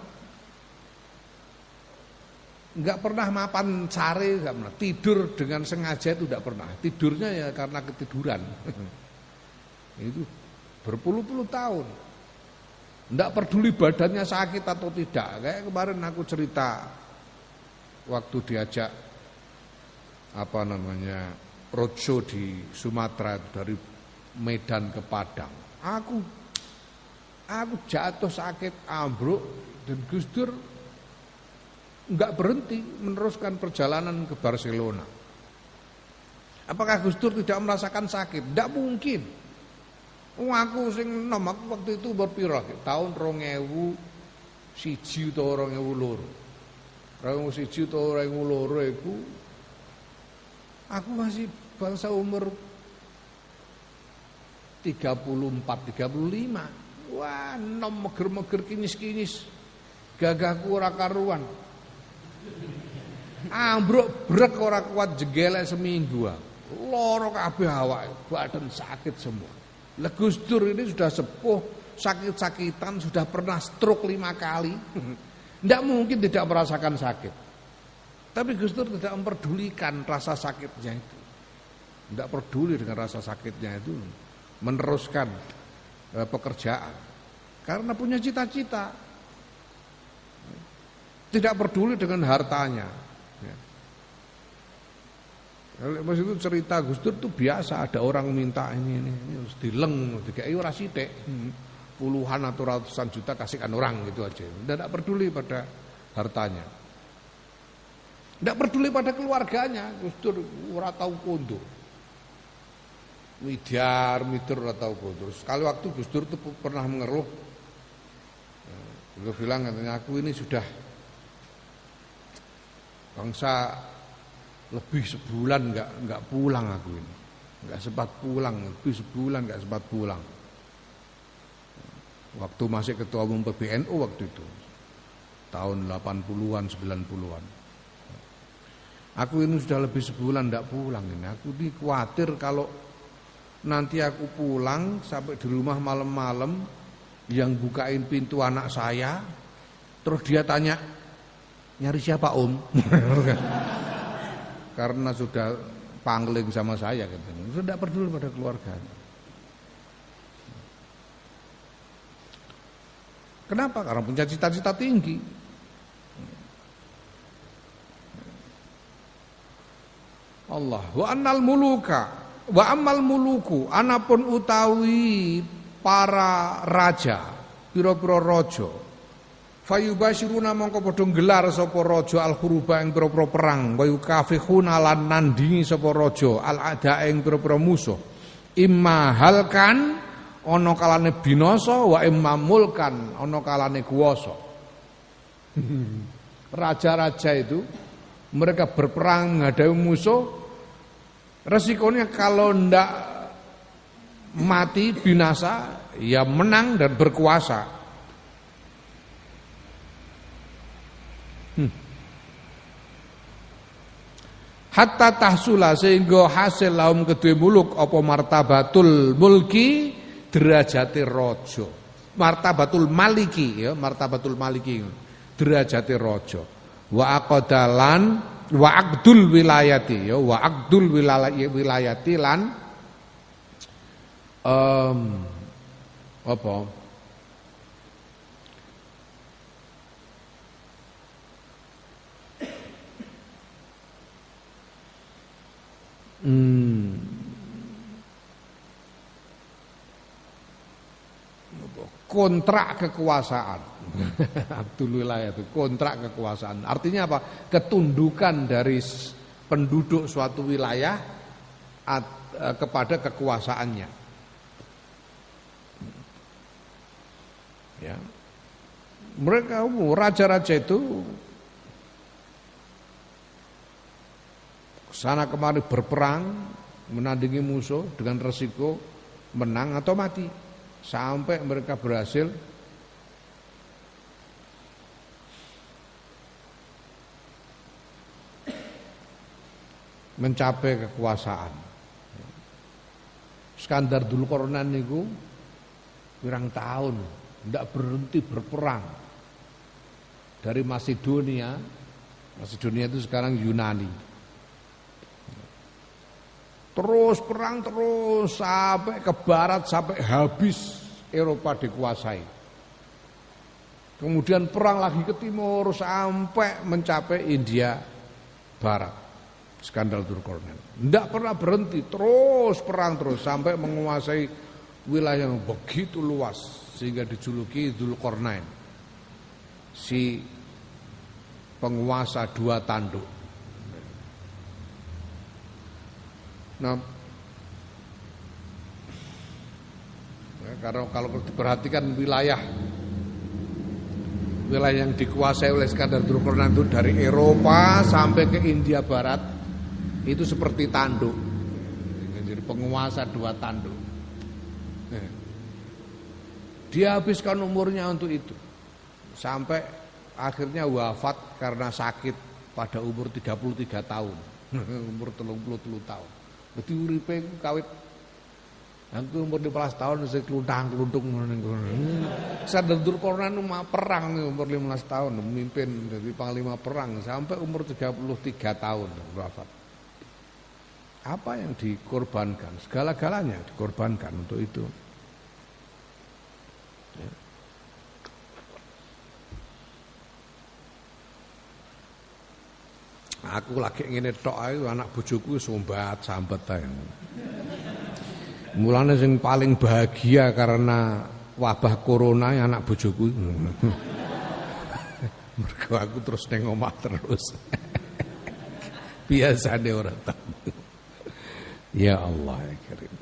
nggak pernah mapan sare, nggak pernah tidur dengan sengaja, itu tidak pernah. Tidurnya ya karena ketiduran. Itu berpuluh-puluh tahun. Tidak peduli badannya sakit atau tidak. Kayak kemarin aku cerita waktu diajak apa namanya roadshow di Sumatera dari Medan ke Padang. Aku aku jatuh sakit, ambruk, dan Gus Dur enggak berhenti meneruskan perjalanan ke Barcelona. Apakah Gus Dur tidak merasakan sakit? Tidak mungkin. Oh, aku sing nom aku waktu itu berpira tahun dua ribu satu atau dua ribu dua. dua ribu satu atau dua ribu dua iku aku masih bangsa umur tiga puluh empat, tiga puluh lima. Wah, nom meger-meger kinis-kinis. Gagahku ora karuan. Ambruk brek ora kuat jegelek seminggu. Loro kabeh awake, badan sakit semua. Lah Gus Dur ini sudah sepuh, sakit-sakitan, sudah pernah stroke lima kali. Tidak mungkin tidak merasakan sakit. Tapi Gus Dur tidak memperdulikan rasa sakitnya itu. tidak peduli dengan rasa sakitnya itu, meneruskan eh, pekerjaan karena punya cita-cita, tidak peduli dengan hartanya. Ya. Mas itu cerita Gus Dur itu biasa, ada orang minta ini ini, ini harus dileng, dikai ora sithik, puluhan atau ratusan juta kasihkan orang gitu aja. Tidak peduli pada hartanya, tidak peduli pada keluarganya. Gus Dur ora tau kondo, midyar midur ora tau kondo. Sekali waktu Gus Dur itu pernah mengeluh, beliau bilang katanya, aku ini sudah bangsa lebih sebulan nggak nggak pulang aku ini, nggak sempat pulang, lebih sebulan nggak sempat pulang. Waktu masih ketua umum P B N U waktu itu, tahun delapan puluhan, sembilan puluhan. Aku ini sudah lebih sebulan nggak pulang ini. Aku ini khawatir kalau nanti aku pulang sampai di rumah malam-malam, yang bukain pintu anak saya, terus dia tanya, nyari siapa om? Karena sudah pangling sama saya katanya. Sudah tidak peduli pada keluarganya. Kenapa? Karena punya cita-cita tinggi. Allah wa annal muluka wa ammal muluku, anapun utawi para raja, pira-pira raja, fayubashiruna mongko padha gelar sapa raja al-huruba ing pira-pira perang, wa yukafihuna lan nandingi sapa raja al-ada ing pira-pira musuh, imma halkan ana kalane binasa, wa imma mulkan ana kalane kuwasa. Raja-raja itu mereka berperang menghadapi musuh, resikonya kalau ndak mati binasa ya menang dan berkuasa. hmm. Hatta tahsula sehingga hasil laum kedue muluk apa martabatul mulki, derajate raja, martabatul maliki ya, martabatul maliki derajate raja, wa aqdalan wa aqdul wilayati ya, wa aqdul wilayati lan um, apa hmm kontrak kekuasaan. Abdul wilayah itu kontrak kekuasaan. Artinya apa? Ketundukan dari penduduk suatu wilayah at, e, kepada kekuasaannya. Ya. Mereka raja-raja itu sana kemari berperang, menandingi musuh dengan resiko menang atau mati. Sampai mereka berhasil mencapai kekuasaan. Skandar Dzulqarnain niku pirang tahun ndak berhenti berperang. Dari Masedonia, Masedonia itu sekarang Yunani. Terus perang terus sampai ke barat, sampai habis Eropa dikuasai. Kemudian perang lagi ke timur sampai mencapai India Barat. Skandal Dzulqarnain. Tidak pernah berhenti, terus perang terus sampai menguasai wilayah yang begitu luas sehingga dijuluki Dzulqarnain, si penguasa dua tanduk. Nah, ya, kalau kalau diperhatikan wilayah wilayah yang dikuasai oleh Skandar Dzulqarnain itu dari Eropa sampai ke India Barat itu seperti tanduk, jadi penguasa dua tanduk. Dia habiskan umurnya untuk itu sampai akhirnya wafat karena sakit pada umur tiga puluh tiga tahun, umur tiga puluh tiga tahun. Dadi uripe iku kawit aku umur lima belas tahun wis kluntang-kluntung ngono niku. Skandar Dzulqarnain mah perang umur lima belas tahun memimpin jadi panglima perang sampai umur tiga puluh tiga tahun wafat. Apa yang dikorbankan? Segala-galanya dikorbankan untuk itu. Ya. Aku lagi ngene tok ae anak bojoku sombat sambat ae. Mulane sing paling bahagia karena wabah corona ya anak bojoku. Mergo aku terus ning omah terus. Biasane ora tahu. Ya Allah ya Karim.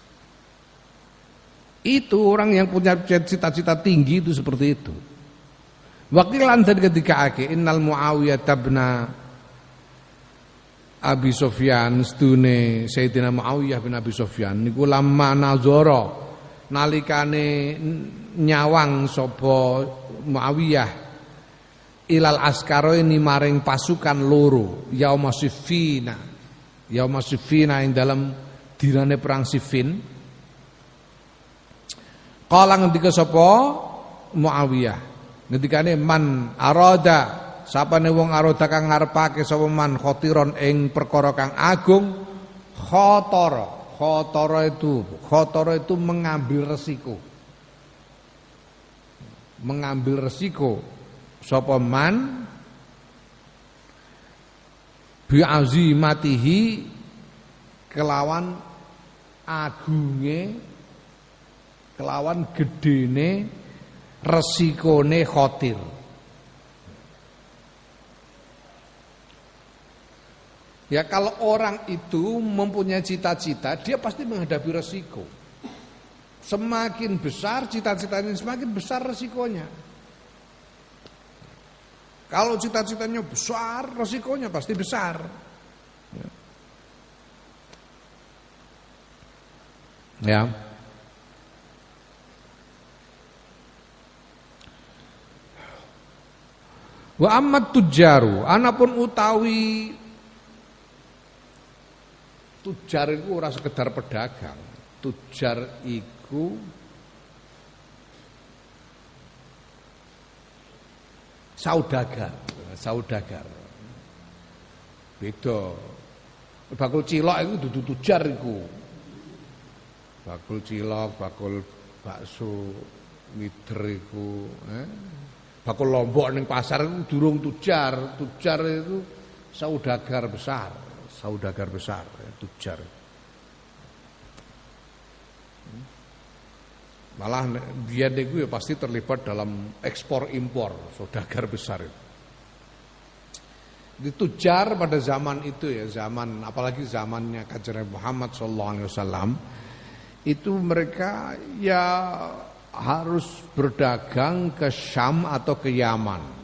Itu orang yang punya cita-cita tinggi itu seperti itu. Wakilan dari ketika ake innal Muawiyah tabna Abi Sofyan stune Sayyidina Muawiyah bin Abi Sofyan niku lamma nazara nalikane nyawang sapa Muawiyah ilal askaro ini maring pasukan loro yauma Siffina yauma Siffina ing dalam dinane perang Siffin kala ngendika sapa Muawiyah ngendikane man arada sapane wong aroda kang ngarepake sapa man khotiron ing perkara kang agung khotara khotara itu khotara itu mengambil resiko mengambil resiko sapa man bi azimatihi kelawan agunge kelawan gedene resikone khotir. Ya kalau orang itu mempunyai cita-cita, dia pasti menghadapi resiko. Semakin besar cita-citanya, semakin besar resikonya. Kalau cita-citanya besar, resikonya pasti besar. Ya. Wa ammat tujaru, anapun utawi tujar itu ora sekedar pedagang. Tujar iku saudagar, saudagar. Beda. Bakul cilok iku dudu tujar iku. Bakul cilok, bakul bakso mider iku, eh? Bakul lombok ning pasar iku durung tujar. Tujar itu saudagar besar. Saudagar besar, ya, tujar. Malah dia itu ya pasti terlibat dalam ekspor impor, saudagar besar itu. Di tujar pada zaman itu ya, zaman apalagi zamannya Kanjeng Muhammad sallallahu alaihi wasallam itu mereka ya harus berdagang ke Syam atau ke Yaman.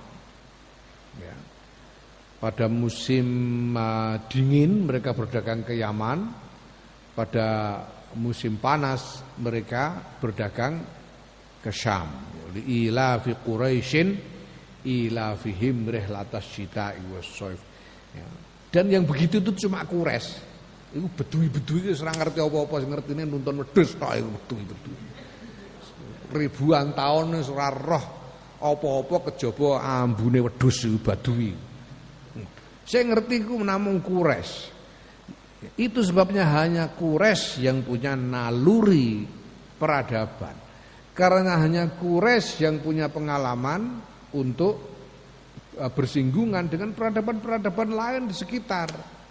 Pada musim uh, dingin mereka berdagang ke Yaman. Pada musim panas mereka berdagang ke Syam. Ila fi Quraisyin ila fihim rihlatas syita'i was-shaif. Ya. Dan yang begitu itu cuma Quraisy. Iku bedui-bedui wis ora ngerti apa-apa, sing ngertine nuntun wedhus tok iku bedui-bedui. Ribuan tahun wis ora roh apa-apa kejaba ambune wedhus iku badui. Saya ngerti ku namung Quraisy. Itu sebabnya hanya Quraisy yang punya naluri peradaban. Karena hanya Quraisy yang punya pengalaman untuk bersinggungan dengan peradaban-peradaban lain di sekitar.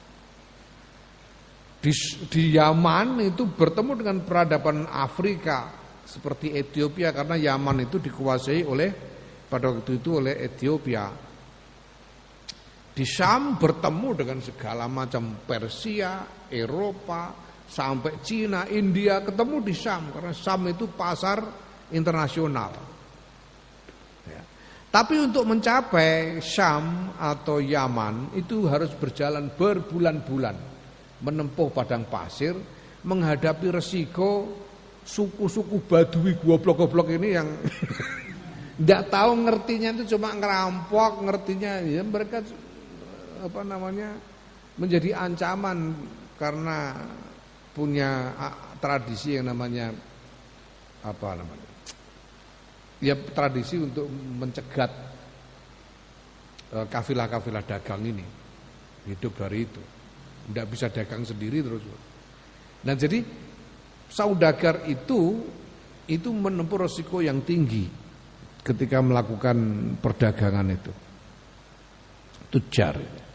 Di, di Yaman itu bertemu dengan peradaban Afrika seperti Ethiopia karena Yaman itu dikuasai oleh pada waktu itu oleh Ethiopia. Di Syam bertemu dengan segala macam Persia, Eropa, sampai Cina, India ketemu di Syam karena Syam itu pasar internasional. Ya. Tapi untuk mencapai Syam atau Yaman itu harus berjalan berbulan-bulan, menempuh padang pasir, menghadapi resiko suku-suku Badui goblok-goblok ini yang tidak tahu ngertinya itu cuma ngerampok, ngertinya ya mereka apa namanya menjadi ancaman karena punya tradisi yang namanya apa namanya ya tradisi untuk mencegat kafilah-kafilah dagang ini hidup dari itu Tidak bisa dagang sendiri terus. Nah jadi saudagar itu itu menempuh resiko yang tinggi ketika melakukan perdagangan itu. Tujar.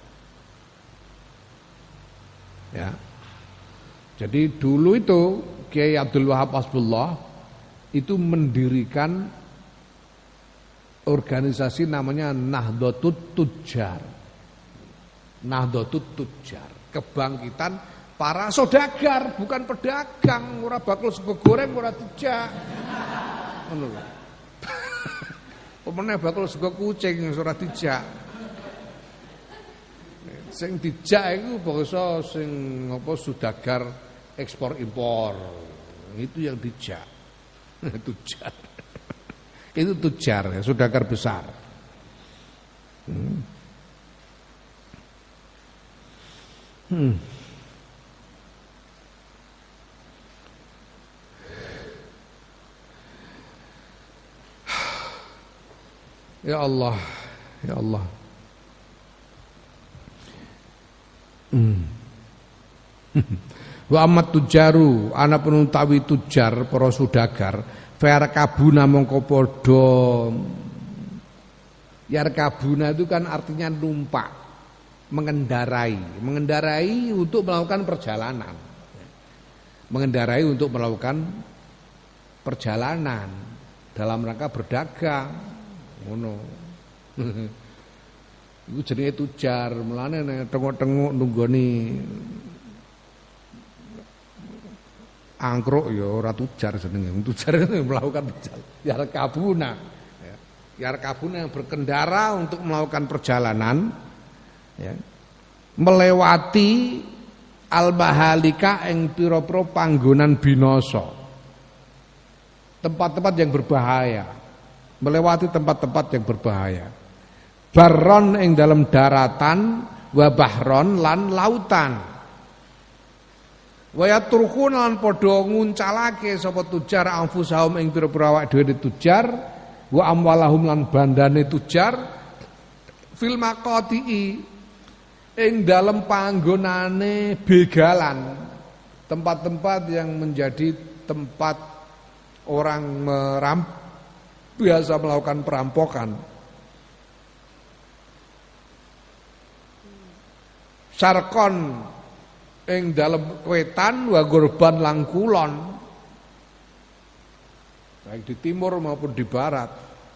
Ya. Jadi dulu itu Kiai Abdul Wahab Hasbullah itu mendirikan organisasi namanya Nahdlatul Tujar. Nahdlatul Tujar, kebangkitan para saudagar, bukan pedagang, ora bakul sego goreng, ora dijak. Ngono lho. Pemene bakul sego kucing ora dijak. Sing dijak iku bangsa sing apa saudagar ekspor impor. Itu yang dijak. Tujar. Itu tujar, ya, saudagar besar. Hmm. Hmm. Ya Allah, ya Allah. Hmm. Wa amat tujaru, ana penuntawi tujar para saudagar, farkabuna mongko padha. Yarkabuna itu kan artinya numpak, mengendarai, mengendarai untuk melakukan perjalanan. Mengendarai untuk melakukan perjalanan dalam rangka berdagang. Ngono. Iku jenenge tujar, mulane nek tengok-tengok nunggoni angkruk ya ora tujar jenenge. Tujar itu melakukan perjalanan. Yarkabuna. Ya. Yarkabuna yang berkendara untuk melakukan perjalanan, ya. Melewati al-bahalika ing pira-pira panggonan binasa. Tempat-tempat yang berbahaya. Melewati tempat-tempat yang berbahaya. Barron ing dalam daratan, wa bahron lan lautan. Wa yatrukun lan padha nguncalake sapa tujar anfusahum ing pira-pira awak dhewe tujar, wa amwalahum lan bandane tujar fil maqati ing dalam panggonane begalan, tempat-tempat yang menjadi tempat orang meram biasa melakukan perampokan. Sarkon ing dalam wetan wa gurban lan kulon, baik di timur maupun di barat.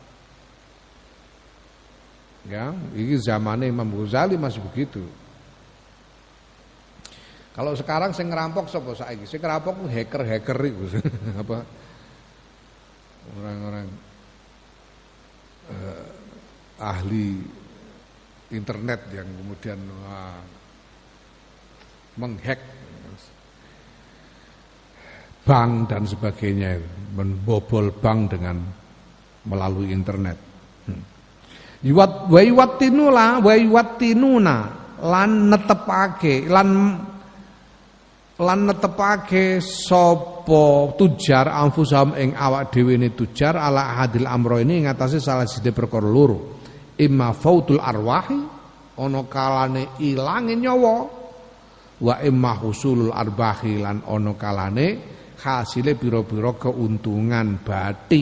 Ya, ini zamannya Imam Ghazali masih begitu. Kalau sekarang saya ngerampok sapa saiki? Saya ngerampok hacker-hacker itu apa? Orang-orang eh, ahli internet yang kemudian wah, menghack bank dan sebagainya, membobol bank dengan melalui internet. Yuwat wa yuwattinula wa yuwattinuna lan netepake lan lan netepake sapa tujar anfusahum ing awak dhewe ne tujar ala hadil amro ini ing atase salah siji perkara loro. Imma fautul arwahi, ana kalane ilange nyawa, wa imma husulul arbahi lan ana kalane hasile pira-pira keuntungan bati.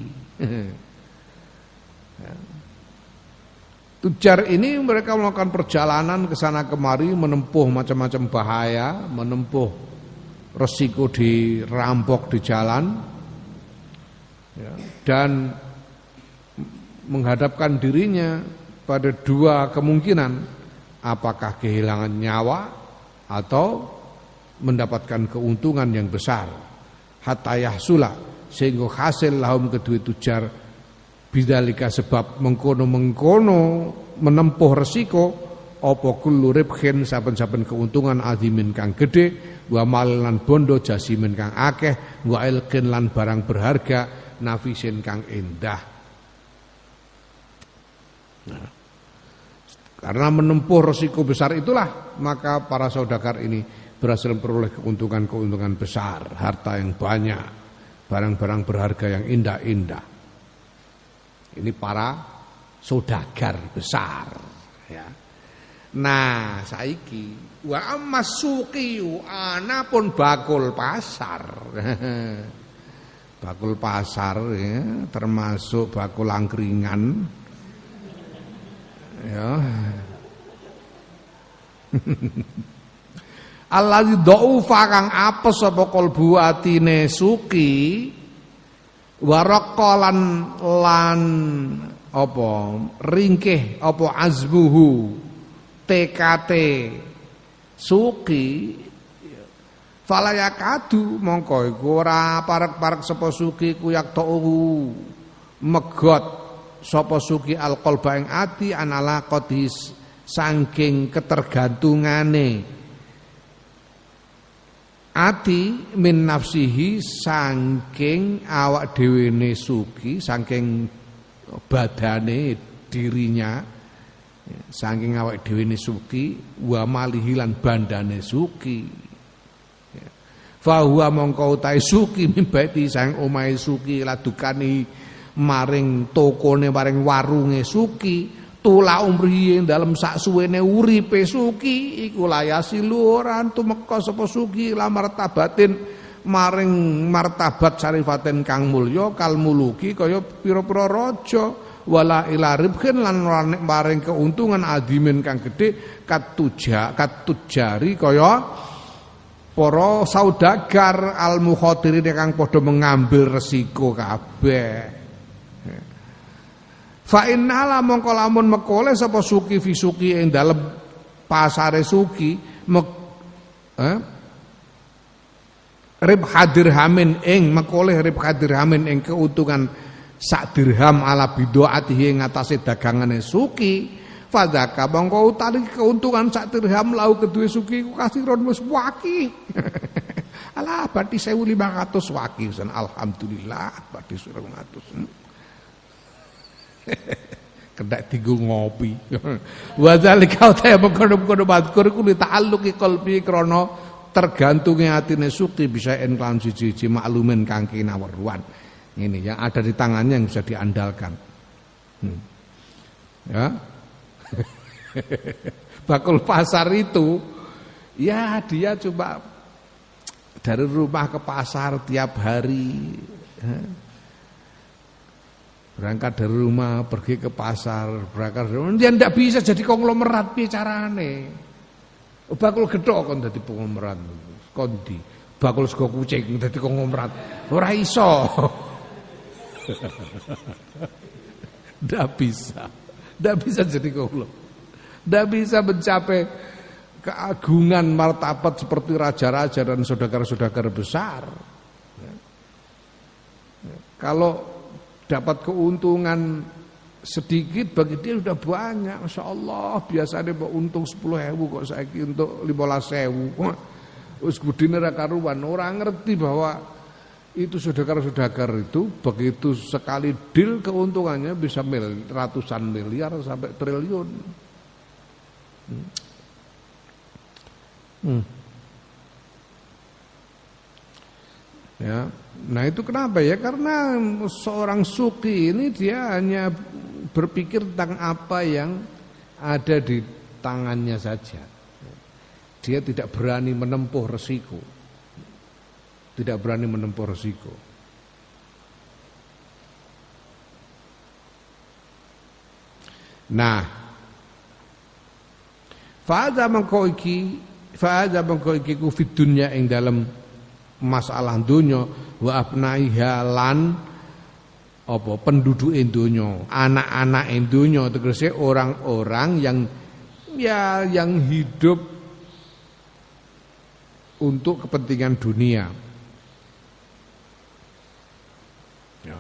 Tujar ini mereka melakukan perjalanan ke sana kemari, menempuh macam-macam bahaya, menempuh resiko dirampok di jalan, ya, dan menghadapkan dirinya pada dua kemungkinan, apakah kehilangan nyawa atau mendapatkan keuntungan yang besar. Hatta yahsula, sehingga hasil lahum kedua tujar bidzalika sebab mengkono-mengkono menempuh resiko apa kullu ribhin saben-saben keuntungan azimin kang gede, wa malan bondo jasimin kang akeh, wa ilqin lan barang berharga nafisin kang indah. Nah, karena menempuh resiko besar itulah maka para saudagar ini berhasil memperoleh keuntungan-keuntungan besar, harta yang banyak, barang-barang berharga yang indah-indah. Ini para saudagar besar, ya. Nah, saiki wa ammas suqiyu ana pun bakul pasar. Bakul pasar ya, termasuk bakul angkringan. Ya. Allazi dhaufa kang apes apa kalbu atine suki waraqalan lan apa ringkih apa azbuhu tekate suki falayakadu mongko iku ora parek-parek sapa suki kuyak ta'u megot sapa suki alqalba ing ati anala qadis saking ketergantungane ati min nafsihi saking awak dhewene suki saking badane dirinya saking awak dhewene suki wa malihilan bandane suki fa huwa mongko utahe suki mimbati sang omahe suki ladukani maring tokone maring warunge suki tula umri dalem sak suwene uripe suki iku layasilu ora tumeka sapa suki la martabatin maring martabat syarifaten kang mulya kal muluki kaya pira-pira raja wala ila ribhin lan nek maring keuntungan adimin kang gedhe katuja katujari kaya para saudagar al mukhadirin kang padha mengambil resiko kabeh. Fa innala mongko lamun mekole sapa suki fi suki ing dalem pasare suki mek eh rib hadirhamin ing mekole rib hadirhamin ing keuntungan sak dirham ala bidoatihi ing atase dagangane suki fadzaka mongko utawi keuntungan sak dirham lau kedue suki ku kasiron wis waki. Alah bathi seribu lima ratus waki san alhamdulillah bathi seribu lima ratus. Kedak tinggu ngopi. Wa zalika ta mengkono-kono madkur ku ta'alluqi qalbi krana tergantunge atine suki bisa en kan siji-siji maklumen kang kinaweruhan. Ini yang ada di tangannya yang bisa diandalkan. Hmm. Ya. Bakul pasar itu ya dia coba dari rumah ke pasar tiap hari. Berangkat dari rumah pergi ke pasar, berangkat dari rumah, dia tidak bisa jadi konglomerat piye carane. Bakul gedhok kon dadi konglomerat. Kondi bakul sego kucing dadi konglomerat. Ora iso. Tidak bisa. Tidak bisa jadi konglomerat. Tidak bisa mencapai keagungan martabat seperti raja-raja dan saudagar-saudagar besar. Kalau dapat keuntungan sedikit bagi dia sudah banyak, masya Allah. Biasanya untung sepuluh ribu kok saiki untuk lima belas ribu. Wis budine ra karuan. Orang ngerti bahwa itu saudagar-saudagar itu begitu sekali deal keuntungannya bisa mil, ratusan miliar sampai triliun. Hmm. Hmm. Ya, nah itu kenapa ya? Karena seorang suki ini dia hanya berpikir tentang apa yang ada di tangannya saja. Dia tidak berani menempuh resiko. Tidak berani menempuh resiko. Nah, fa'adha mengko iki, fa'adha mengko iki ku fid dunya ing dalam masalah dunya wa abnaiha lan apa penduduke donya, anak-anak donya, tegese orang-orang yang ya yang hidup untuk kepentingan dunia. Ya.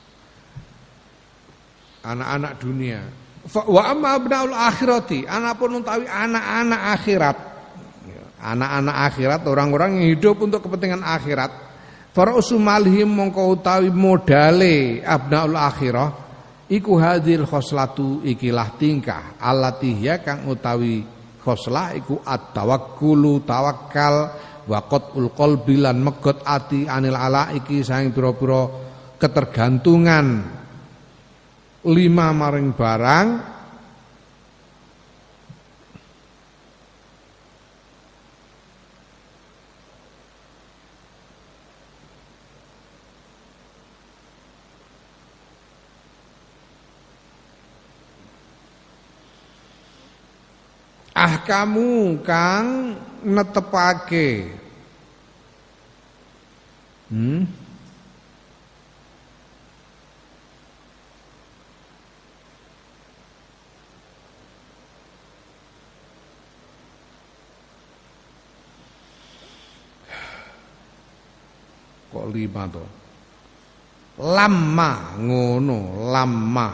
Anak-anak dunia. Wa amma abnaul akhirati, anapun utawi anak-anak akhirat. Anak-anak akhirat, orang-orang yang hidup untuk kepentingan akhirat. Fara'usu malhim mongko utawi modale abnaul akhirah iku hadhil khoslatu ikilah tingkah allati ya kang utawi khoslah iku at-tawakkulu tawakkal wa qatul qalbi lan megot ati anil ala iki saing pira-pira ketergantungan lima maring barang ahkamu kang netepake hmm kok lima to lama ngono lama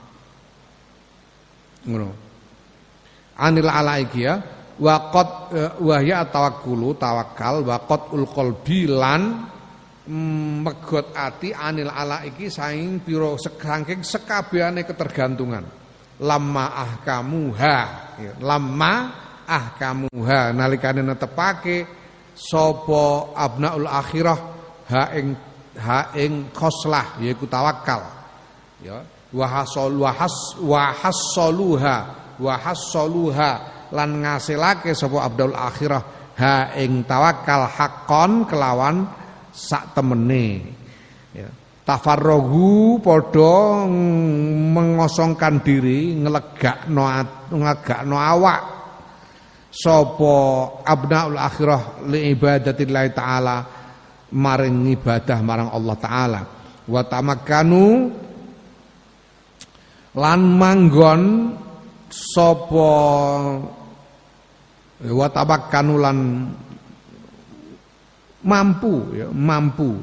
ngono anil alaiki ya waqat wahya tawakkulu tawakal waqat ul qalbi lan megot ati anil alaiki saing pira saking sekabehane ketergantungan lama ahkamuha lama ahkamuha nalikane netepake sapa abnaul akhirah ha ing ha ing khoslah yaiku tawakal ya wa hasal wa has wa hasaluha wa hasaluha lan ngasilake sapa abdul akhirah ha ing tawakal hakon kelawan sak temene ya tafarrugu padha mengosongkan diri ngelegakno ngegakno awak sapa abnaul akhirah li ibadatillah taala maring ibadah marang Allah taala wa tamakkanu lan manggon sapa wa tamakkanu lan mampu ya mampu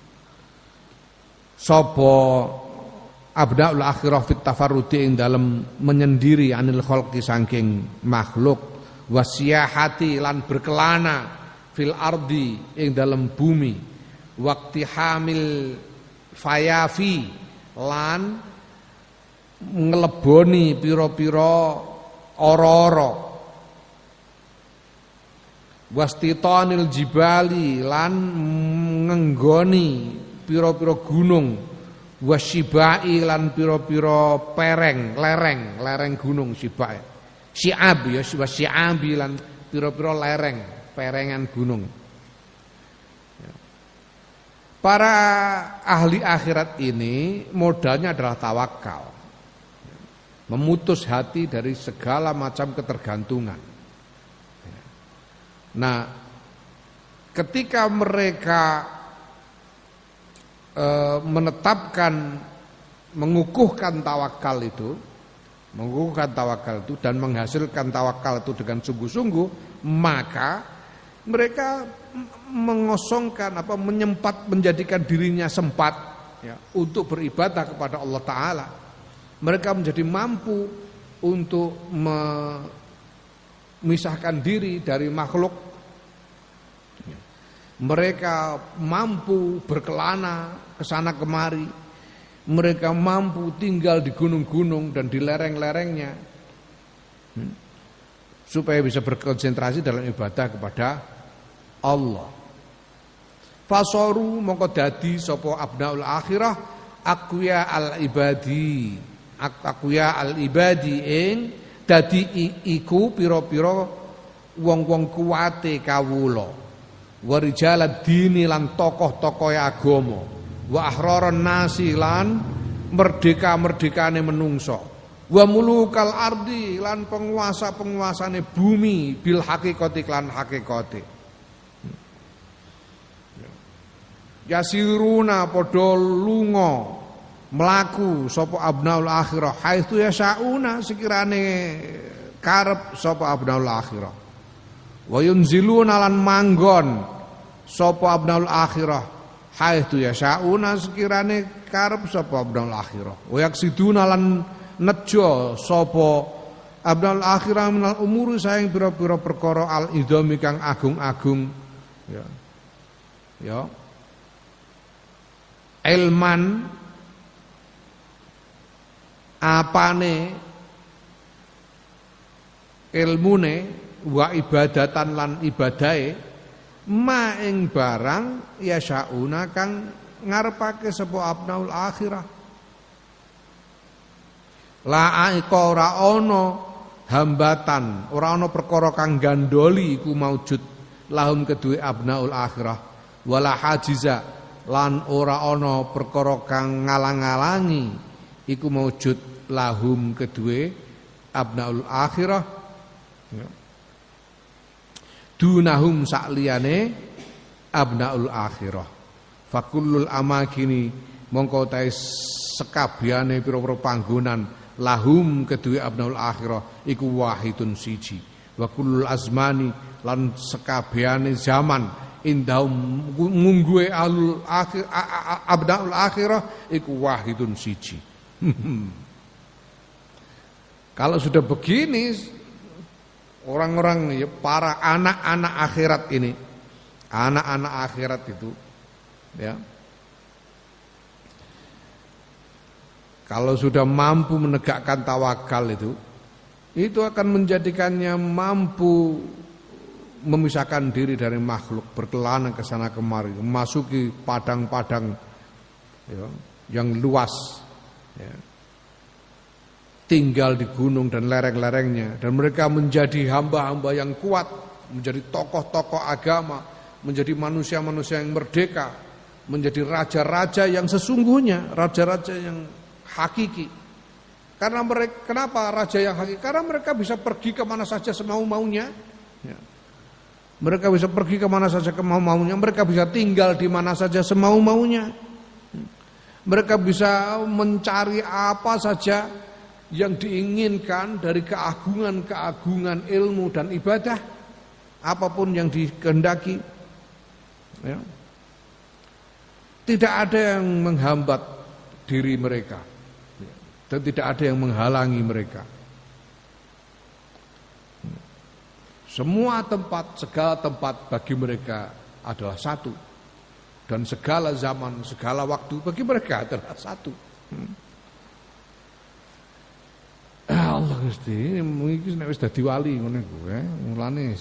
sapa abdaul akhirah fit tafarrudi ing dalem menyendiri anil khalqi saking makhluk wasiyahati lan berkelana fil ardi ing dalam bumi wakti hamil fayafi lan ngeleboni pira-pira ora-ora wastitanil jibali lan ngenggoni pira-pira gunung wasyibai lan pira-pira pereng lereng lereng gunung sibai siab ya wasyiabi lan pira-pira lereng perengan gunung. Para ahli akhirat ini modalnya adalah tawakal, memutus hati dari segala macam ketergantungan. Nah, ketika mereka e, menetapkan, mengukuhkan tawakal itu, mengukuhkan tawakal itu dan menghasilkan tawakal itu dengan sungguh-sungguh, maka mereka mengosongkan apa menyempat menjadikan dirinya sempat ya, untuk beribadah kepada Allah Ta'ala. Mereka menjadi mampu untuk memisahkan diri dari makhluk. Mereka mampu berkelana kesana kemari. Mereka mampu tinggal di gunung-gunung dan di lereng-lerengnya, supaya bisa berkonsentrasi dalam ibadah kepada Allah. Fasoru mongko dadi sapa abnaul akhirah aqwiya al ibadi aqwiya al ibadi ing dadi iku pira-pira wong-wong kuwate kawula wa rijalad dini lan tokoh-tokoh agama wa ahraron nasi lan merdeka-merdekane menungso wa mulukal ardi lan penguasa-penguasane bumi bil haqiqati lan haqiqati. Yasiruna padha lunga mlaku sapa abnaul akhirah haitsu yasauna sekirane karep sapa abnaul akhirah. Wa yunziluna lan manggon sapa abnaul akhirah haitsu yasauna sekirane karep sapa abnaul akhirah. Wa yaksiduna lan nejo sapa abnaul akhirah minal umuri saing pira-pira perkara al idhami kang agung-agung ya. Ya. Ilman apane ilmune wa ibadatan lan ibadahe ma ing barang yasauna kang ngarepake sapa abnaul akhirah. La aika ora ana hambatan, ora ana perkara kang gandoli iku maujud lahum kedue abnaul akhirah wala hajiza lan ora ana perkara kang ngalang-alangi iku maujud lahum kedue abnaul akhirah ya. dunahum sakliyane abnaul akhirah. Fakullul amakini mongko tae sekabehane pira-pira panggonan lahum kedue abnaul akhirah iku wahidun siji. Wa kullul azmani lan sekabehane zaman indahum mungguhe alul akhir abnaul akhirah iku wahidun siji. Kalau sudah begini, orang-orang ya, para anak-anak akhirat ini, anak-anak akhirat itu, ya, kalau sudah mampu menegakkan tawakal itu, itu akan menjadikannya mampu memisahkan diri dari makhluk, berkelana ke sana kemari, memasuki padang-padang ya, yang luas, ya, tinggal di gunung dan lereng-lerengnya, dan mereka menjadi hamba-hamba yang kuat, menjadi tokoh-tokoh agama, menjadi manusia-manusia yang merdeka, menjadi raja-raja yang sesungguhnya, raja-raja yang hakiki. Karena mereka, kenapa raja yang hakiki? Karena mereka bisa pergi kemana saja semau-maunya. Ya. Mereka bisa pergi kemana saja semau-maunya. Mereka bisa tinggal di mana saja semau-maunya. Mereka bisa mencari apa saja yang diinginkan dari keagungan-keagungan ilmu dan ibadah, apapun yang dikehendaki, ya. Tidak ada yang menghambat diri mereka, ya. Dan tidak ada yang menghalangi mereka. Semua tempat, segala tempat bagi mereka adalah satu, dan segala zaman, segala waktu bagi mereka adalah satu. Hmm. Allah Gusti, ini iki nek wis dadi wali ngene kuwi, mulane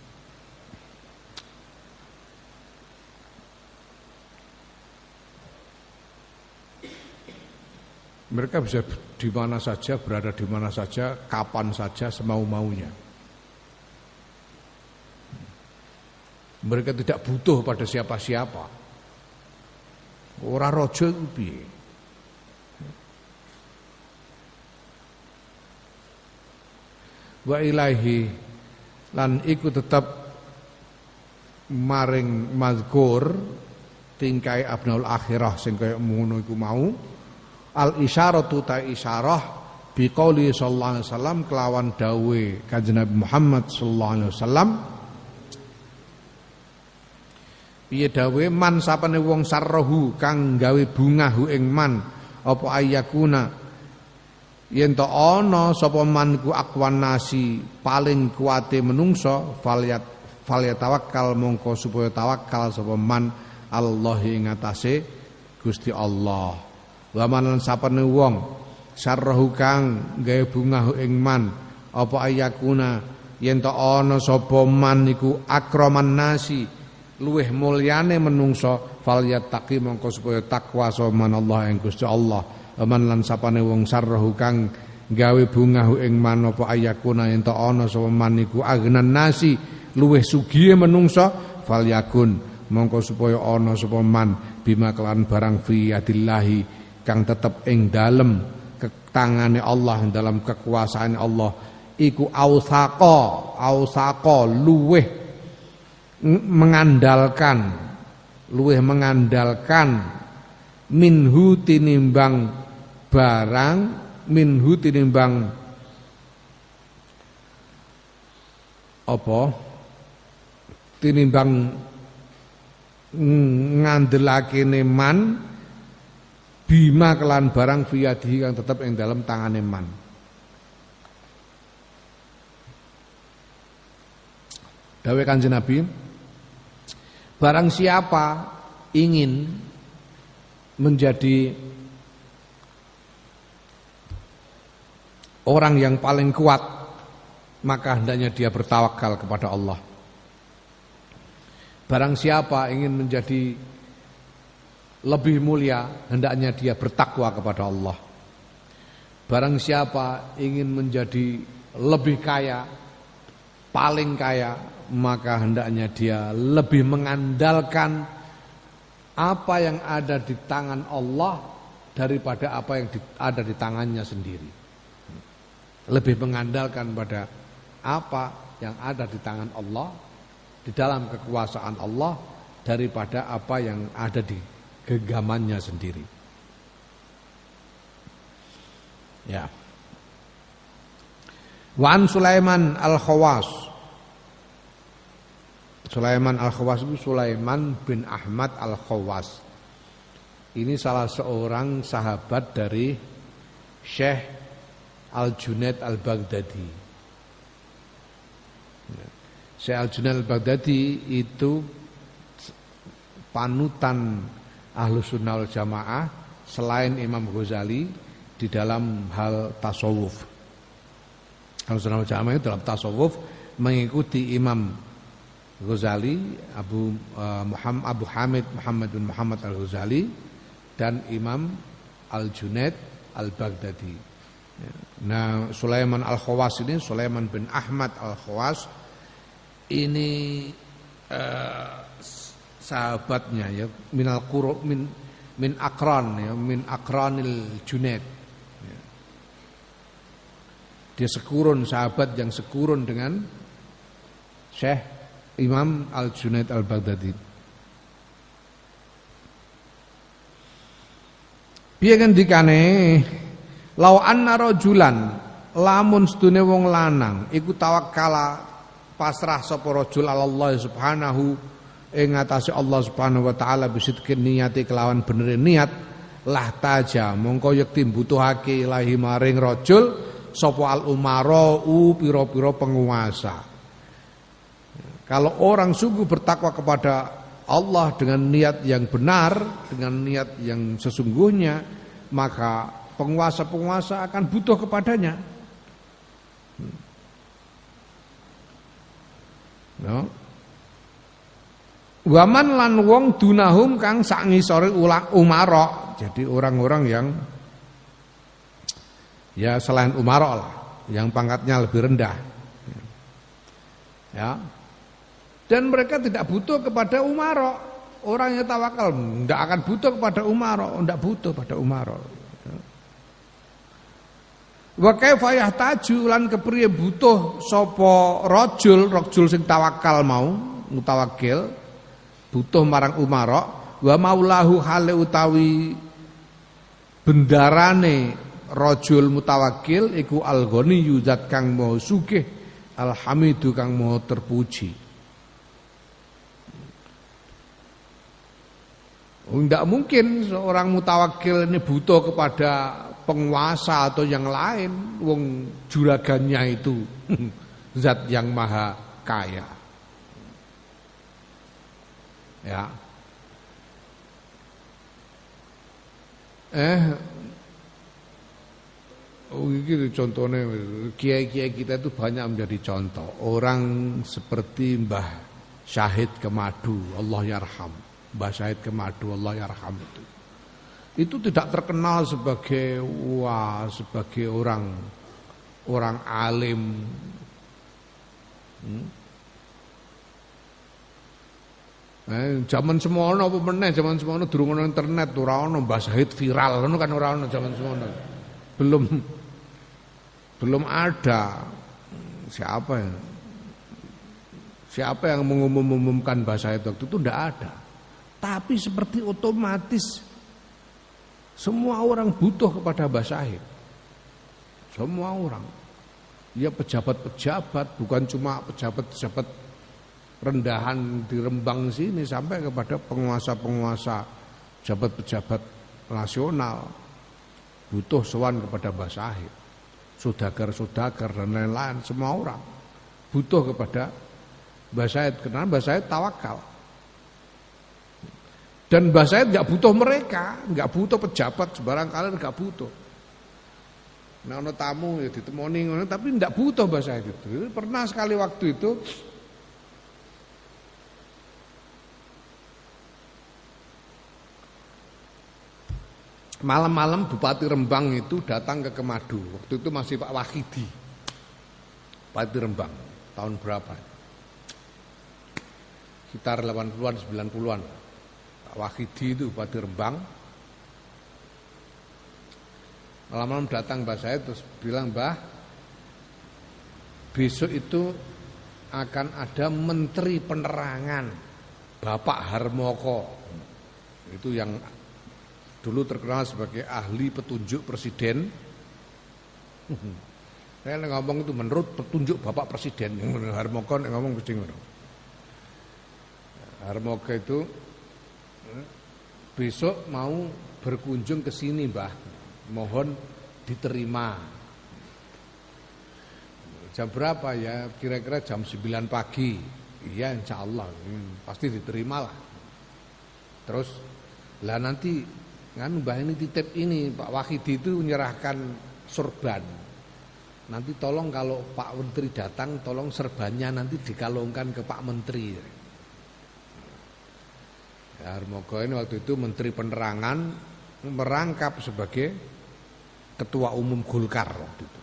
mereka bisa di mana saja, berada di mana saja, kapan saja, semau-maunya. Mereka tidak butuh pada siapa-siapa. Ora raja iku piye? Wa ilahi lan iku tetap maring mazkur tingkai abnaul akhirah sing kaya ngono iku mau al isyaratu ta isyarah biqauli sallallahu alaihi wasallam kelawan dawe Kanjeng Nabi Muhammad sallallahu alaihi wasallam. Piye dawe man sapane wong sarrahu kang gawe bungahu ing man apa ayakuna yen to ana sapa man ku akwan nasi paling kuate menungso falyat falyat tawakkal mongko supaya tawakal sapa man Allah ing atase Gusti Allah. Wa man sapane wong sarrahu kang gawe bunga ing man apa ayakuna yen to ana sapa man iku akraman nasi luweh mulyane menungso falyat taqi mongko supaya takwa sapa man Allah ing Gusti Allah. Man lan sapane wong sarrahu kang gawe bungahu ing man apa ayakuna ento ana sapa man iku agnan nasi luweh sugih menungso falyakun mongko supaya ana sapa man bima kelan barang fi adillahi kang tetep ing dalem ketangane Allah dalam kekuasaan Allah iku ausaqa ausaqa luweh mengandalkan luweh mengandalkan minhu tinimbang barang minhu tinimbang apa tinimbang ngandelake man bima kelan barang fiyadi kang tetep ing dalam tangane man. Dawuh Kanjeng Nabi, barang siapa ingin menjadi orang yang paling kuat, maka hendaknya dia bertawakal kepada Allah. Barang siapa ingin menjadi lebih mulia, hendaknya dia bertakwa kepada Allah. Barang siapa ingin menjadi lebih kaya, paling kaya, maka hendaknya dia lebih mengandalkan apa yang ada di tangan Allah daripada apa yang ada di tangannya sendiri. Lebih mengandalkan pada apa yang ada di tangan Allah di dalam kekuasaan Allah daripada apa yang ada di genggamannya sendiri. Ya. Wan Sulaiman Al-Khawas. Sulaiman Al-Khawas itu Sulaiman bin Ahmad Al-Khawas. Ini salah seorang sahabat dari Syekh Al-Junaid Al-Baghdadi. Syekh Al-Junaid Al-Baghdadi itu panutan Ahlus Sunnah wal Jamaah selain Imam Ghazali di dalam hal tasawuf. Ahlus Sunnah wal Jamaah itu dalam tasawuf mengikuti Imam Ghazali, Abu uh, Muhammad Abu Hamid Muhammad bin Muhammad Al-Ghazali dan Imam Al-Junaid Al-Baghdadi. Nah, Sulaiman Al-Khawas ini Sulaiman bin Ahmad Al-Khawas ini uh, sahabatnya ya minal qurun min min akran ya min akranil Junaid. Ya. Dia sekurun sahabat yang sekurun dengan Syekh Imam Al-Junaid Al-Baghdadi. Piye ngendikane law anna rajulan lamun sedune wong lanang iku tawakkala pasrah sapa rajul Allah subhanahu ing atase Allah subhanahu wa taala bisidkin niyati kelawan bener niat lah taja mongko yekti mbutuhake ilahi maring rajul sapa al umara u pira-pira penguasa. Kalau orang sungguh bertakwa kepada Allah dengan niat yang benar, dengan niat yang sesungguhnya, maka penguasa-penguasa akan butuh kepadanya. No. Waman lan wong dunahum kang sak ngisore umara. Jadi orang-orang yang ya selain umara lah, yang pangkatnya lebih rendah. Ya. Dan mereka tidak butuh kepada umara. Orang yang tawakal tidak akan butuh kepada umara, tidak butuh pada umara. Wa kaifa yahtaju lan kepriye butuh sapa rajul, rajul sing tawakal mau, mutawakkil, butuh marang umara, wa maulahu hale utawi bendarane rajul mutawakkil iku al-ghaniyyu zat kang maha sugih, al-hamidu kang maha terpuji. Tidak mungkin seorang mutawakil ini butuh kepada penguasa atau yang lain. Wong juragannya itu zat yang maha kaya. Ya. Eh, oh ini contohnya kiai-kiai kita itu banyak menjadi contoh. Orang seperti Mbah Syahid Kemadu, Allah yarham. Mbah Syahid Kemadu Allah yarham itu. Itu tidak terkenal sebagai wah sebagai orang orang alim. Hmm? Eh, zaman semono apa meneh zaman semono durung ono internet, ora ono Mbah Syahid viral ngono kan ora ono zaman semono. Belum belum ada. Siapa ya? Siapa yang mengumum-umumkan Mbah Syahid waktu itu tidak ada. Tapi seperti otomatis semua orang butuh kepada Mbah Syahid. Semua orang. Ya pejabat-pejabat, bukan cuma pejabat-pejabat rendahan di Rembang sini, sampai kepada penguasa-penguasa, pejabat-pejabat nasional butuh sowan kepada Mbah Syahid. Saudagar-saudagar dan lain-lain, semua orang butuh kepada Mbah Syahid karena Mbah Syahid tawakal. Dan Mbah Syahid nggak butuh mereka, nggak butuh pejabat sebarang kalian nggak butuh. Nah, ono tamu ya ditemoni ngono, tapi nggak butuh Mbah Syahid itu. Pernah sekali waktu itu malam-malam Bupati Rembang itu datang ke Kemadu. Waktu itu masih Pak Wahidi, Bupati Rembang, tahun berapa? Sekitar delapan puluhan, sembilan puluhan. Pak Wahidi itu Bupati Rembang. Malam-malam datang Mbah Syahid terus bilang, Mbah, besok itu akan ada menteri penerangan Bapak Harmoko. Itu yang dulu terkenal sebagai ahli petunjuk presiden. Saya ngomong itu menurut petunjuk Bapak Presiden. Harmoko ngomong mesti ngono. Harmoko itu besok mau berkunjung ke sini, Mbah. Mohon diterima. Jam berapa ya? Kira-kira jam sembilan pagi. Iya, insya Allah pasti diterima lah. Terus lah nanti kan Mbah ini titip ini, Pak Wahidi itu menyerahkan sorban. Nanti tolong kalau Pak Menteri datang, tolong serbannya nanti dikalungkan ke Pak Menteri. Ya, Harmoko ini waktu itu Menteri Penerangan, merangkap sebagai Ketua Umum Golkar waktu itu.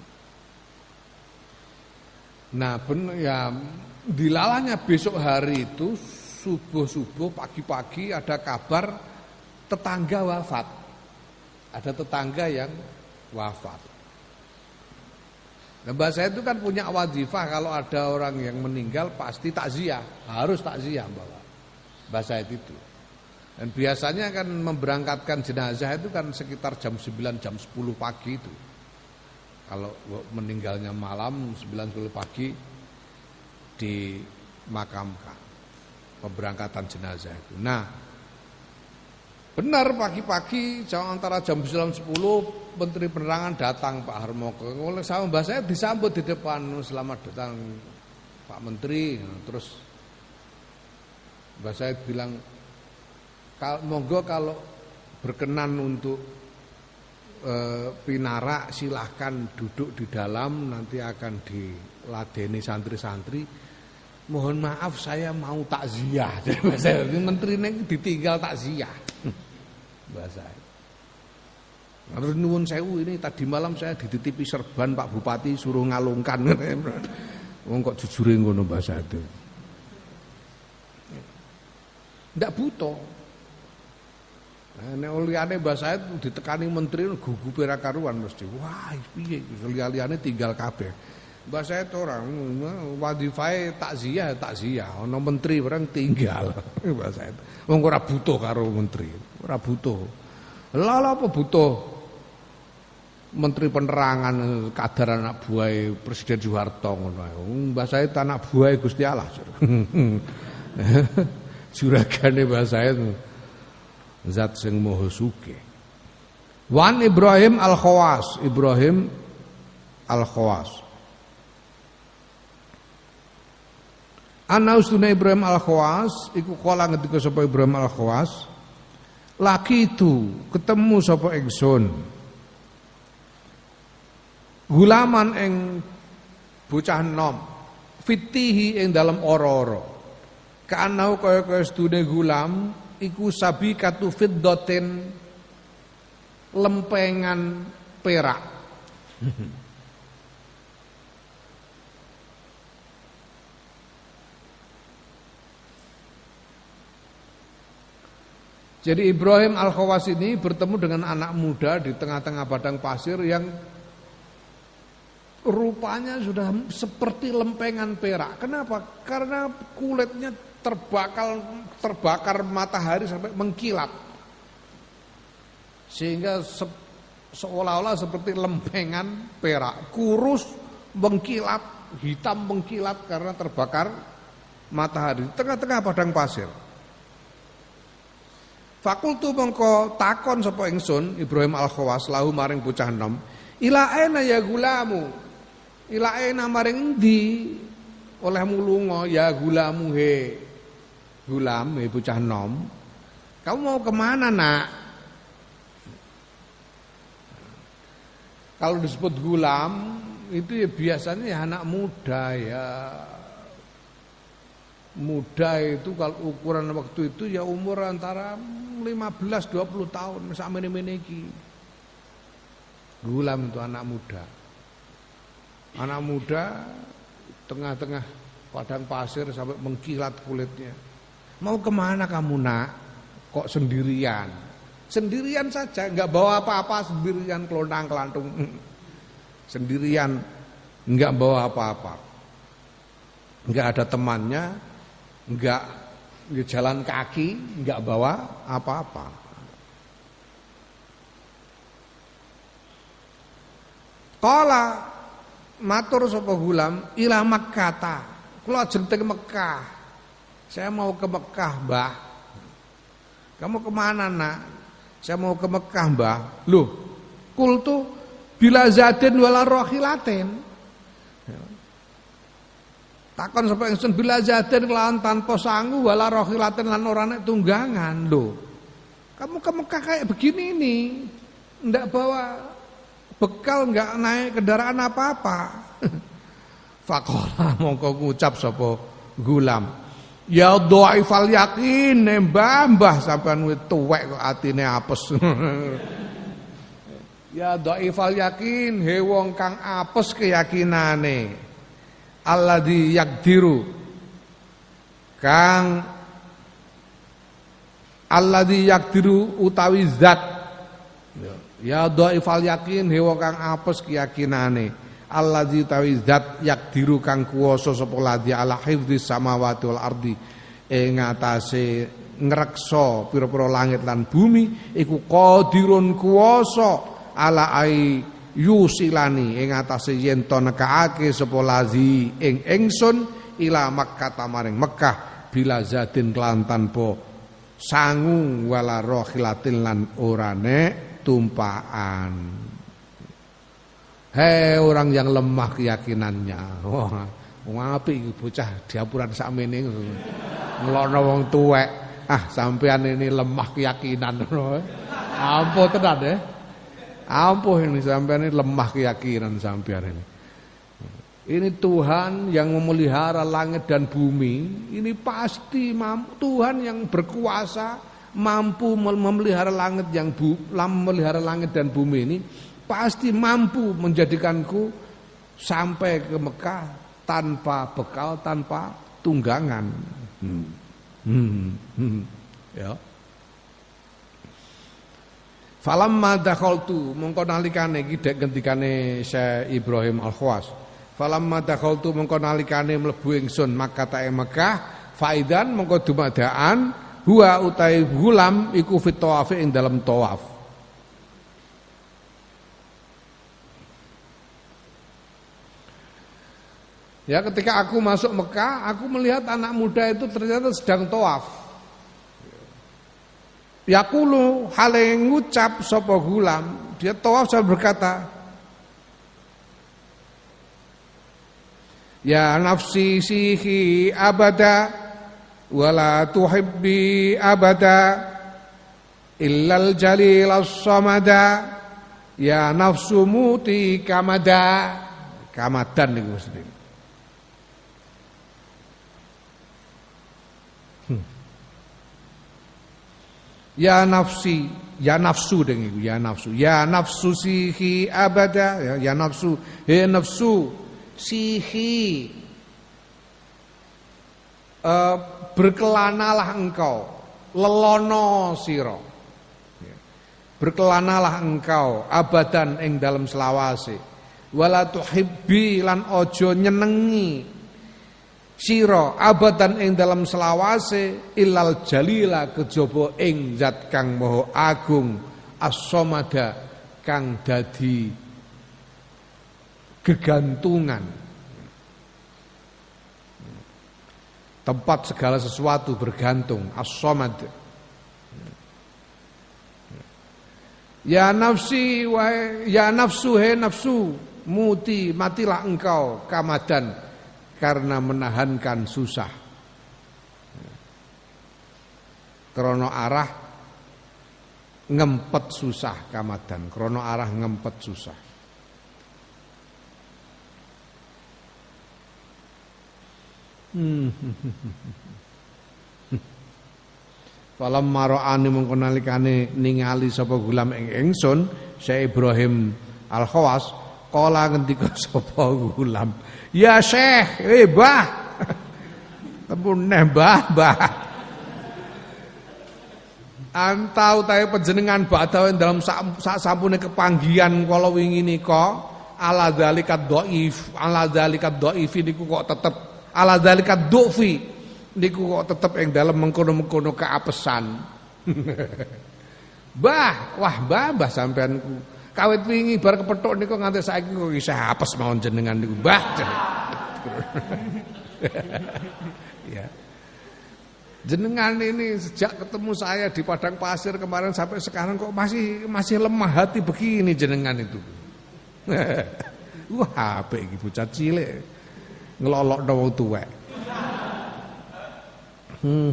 Nah, ben, ya dilalanya besok hari itu subuh-subuh pagi-pagi ada kabar tetangga wafat. Ada tetangga yang wafat. Nah, Mbak saya itu kan punya wazifah kalau ada orang yang meninggal pasti takziah, harus takziah Mbak. Mbak saya itu. Dan biasanya kan memberangkatkan jenazah itu kan sekitar jam sembilan jam sepuluh pagi itu. Kalau meninggalnya malam sembilan sepuluh pagi dimakamkan pemberangkatan jenazah itu. Nah, benar pagi-pagi jam antara jam sembilan sepuluh Menteri Penerangan datang Pak Harmoko. Oleh sama Mbak saya disambut di depan, selamat datang Pak Menteri. Terus Mbak saya bilang, monggo kalau berkenan untuk e, pinarak silahkan duduk di dalam, nanti akan diladeni santri-santri. Mohon maaf saya mau takziah. Jadi saya menteri ini ditinggal takziah. Bahasa. Harus nuwun sewu ini tadi malam saya dititipi serban Pak Bupati suruh ngalungkan. Wong kok jujure ngono bahasa itu. Ndak butuh. Nah, nek liyane bahasa itu ditekani menteri gugupe ra karuan mesti. Wah, piye iki liyane tinggal kabeh. Bahasa itu orang wadifae takziah takziah, ana menteri barang tinggal. Bahasa itu. Wong ora butuh karo menteri, ora butuh. Lah apa butuh Menteri Penerangan kadar anak buah Presiden Soeharto ngono ae. Bahasa itu anak buah Gusti Allah. Juragane bahasa itu zat sing maha sugih. Wan Ibrahim Al-Khawas, Ibrahim Al-Khawas. Ana ustune Ibrahim Al-Khawas iku kala ngendika sapa Ibrahim Al-Khawas, laki itu ketemu sapa ingsun gulaman ing bocah nom fitihi ing dalam ora-ora kaanau kaya-kaya sedune gulam iku sabikatu fiddatin lempengan perak. Jadi Ibrahim Al-Khawas ini bertemu dengan anak muda di tengah-tengah padang pasir yang rupanya sudah seperti lempengan perak. Kenapa? Karena kulitnya terbakar terbakar matahari sampai mengkilat. Sehingga se, seolah-olah seperti lempengan perak, kurus, mengkilat, hitam mengkilat karena terbakar matahari di tengah-tengah padang pasir. Fakultu mongko takon sapa ingsun Ibrahim Al-Khawas lahu maring bocah enom, ila aina ya gulamu? Ila aina maring endi olehmu lunga ya gulamu he. Gulam he bocah enom. Kamu mau kemana nak? Kalau disebut gulam itu ya biasanya ya anak muda ya. Muda itu kalau ukuran waktu itu ya umur antara lima belas dua puluh tahun sak mene-mene iki. Gulam itu anak muda. Anak muda tengah-tengah padang pasir sampai mengkilat kulitnya. Mau kemana kamu nak? Kok sendirian? Sendirian saja, enggak bawa apa-apa, sendirian kelontang-kelantung. Sendirian, enggak bawa apa-apa. enggak ada temannya, enggak jalan kaki, enggak bawa apa-apa. Qala matur sapa gulam ila Makkah. Kula ajeng teng Mekah. Saya mau ke Mekah, Mbah. Kamu kemana, Nak? Saya mau ke Mekah, Mbah. Loh, kultu bila zadin wala rohilatin. Takon sapa ingsun bila zadin kelawan tanpa sangu wala rohilatin lan ora nek tunggangan. Loh, kamu ke Mekah kayak begini nih. Ndak bawa bekal, nggak naik kendaraan apa-apa. Faqala mongko ngucap sapa gulam. Ya dhaifal yakin, mbah-mbah sampean wis tuwek kok atine apes. Ya dhaifal yakin, he wong kang apes keyakinane. Alladzi yaqdiru kang alladzi yaqdiru utawi zat. Ya dhaifal yakin, he wong kang apes keyakinane. Allazi tawi zat yakdiru kang kuwasa sapa ladzi ala hifdzis samawati wal ardi ing atase ngreksa pira-pira langit lan bumi iku qadirun kuwasa ala ai yusilani ing atase yen to nekake sapa ladzi ing ingsun ila Makkah tamaring Mekah bila zadin kelan tanpa sangu wala rohilatin lan orane tumpaan. Hei orang yang lemah keyakinannya. Wah, wong apik iki bocah diapuran sakmene ngelokno wong tuwek. Ah, sampean ini lemah keyakinan. Ampuh tenan ya. Ampuh ini sampean ini lemah keyakinan sampean ini. Ini Tuhan yang memelihara langit dan bumi. Ini pasti mampu. Tuhan yang berkuasa mampu memelihara langit yang bu, memelihara langit dan bumi ini. Pasti mampu menjadikanku sampai ke Mekah tanpa bekal, tanpa tunggangan. Hmm. Hmm. Hmm. Ya. Falamma dakhaltu mongko nalikane iki dek gendikane Syekh Ibrahim Al-Khawas. Falamma dakhaltu mongko nalikane mlebu ingsun Makkah ta Mekah, faidan mongko dumadaan huwa utai gulam iku fit tawaf ing dalam tawaf. Ya, ketika aku masuk Mekah, aku melihat anak muda itu ternyata sedang tawaf. Yaqulu hale ngucap sapa gulam, dia tawaf sambil berkata, ya nafsi sihi abada wala tuhibbi abada illal jalil as-samada ya nafsu muti kamada. Kamadan niku mesti. Ya nafsi, ya nafsu dengan ya nafsu, ya nafsu sihi abada, ya, ya nafsu, he nafsu sihi, uh, berkelanalah engkau, lelono siro, berkelanalah engkau abadan ing dalam selawase, wala tuhibbi lan ojo nyenengi. Sira abadan ing dalam selawase ilal jalila kejaba ing zat kang maha agung as-samada kang dadi gegantungan tempat segala sesuatu bergantung as-samad. Ya nafsi wa ya nafsu he nafsu muti matilah engkau kamadan karena menahankan susah. Krono arah ngempet susah kamadan. Krono arah ngempet susah. Hmm. Falam maro'ani mengko nalikane ningali sapa gulam ing ingsun Syekh Ibrahim Al-Khawas kala ngendika sapa gulam, ya Syekh, eh Mbah. Tempun neh Mbah, Mbah. Antau tae panjenengan badhe dalam sak sampune kepanggihan kala wingi nika ala zalikat dhaif, ala zalikat dhaif niku kok tetep ala dzalika dufi niku kok tetep ing dalem mengkono-mengkono keapesan. Mbah, wah mbah mbah sampean kawit wingi bar kepethuk niku nganti saiki kok isih apes mawon jenengan niku, Mbah. Ya. Jenengan ini sejak ketemu saya di padang pasir kemarin sampai sekarang kok masih masih lemah hati begini jenengan itu. Wah, apik iki bocah cilik ngelolokno wong tuwek. Hmm.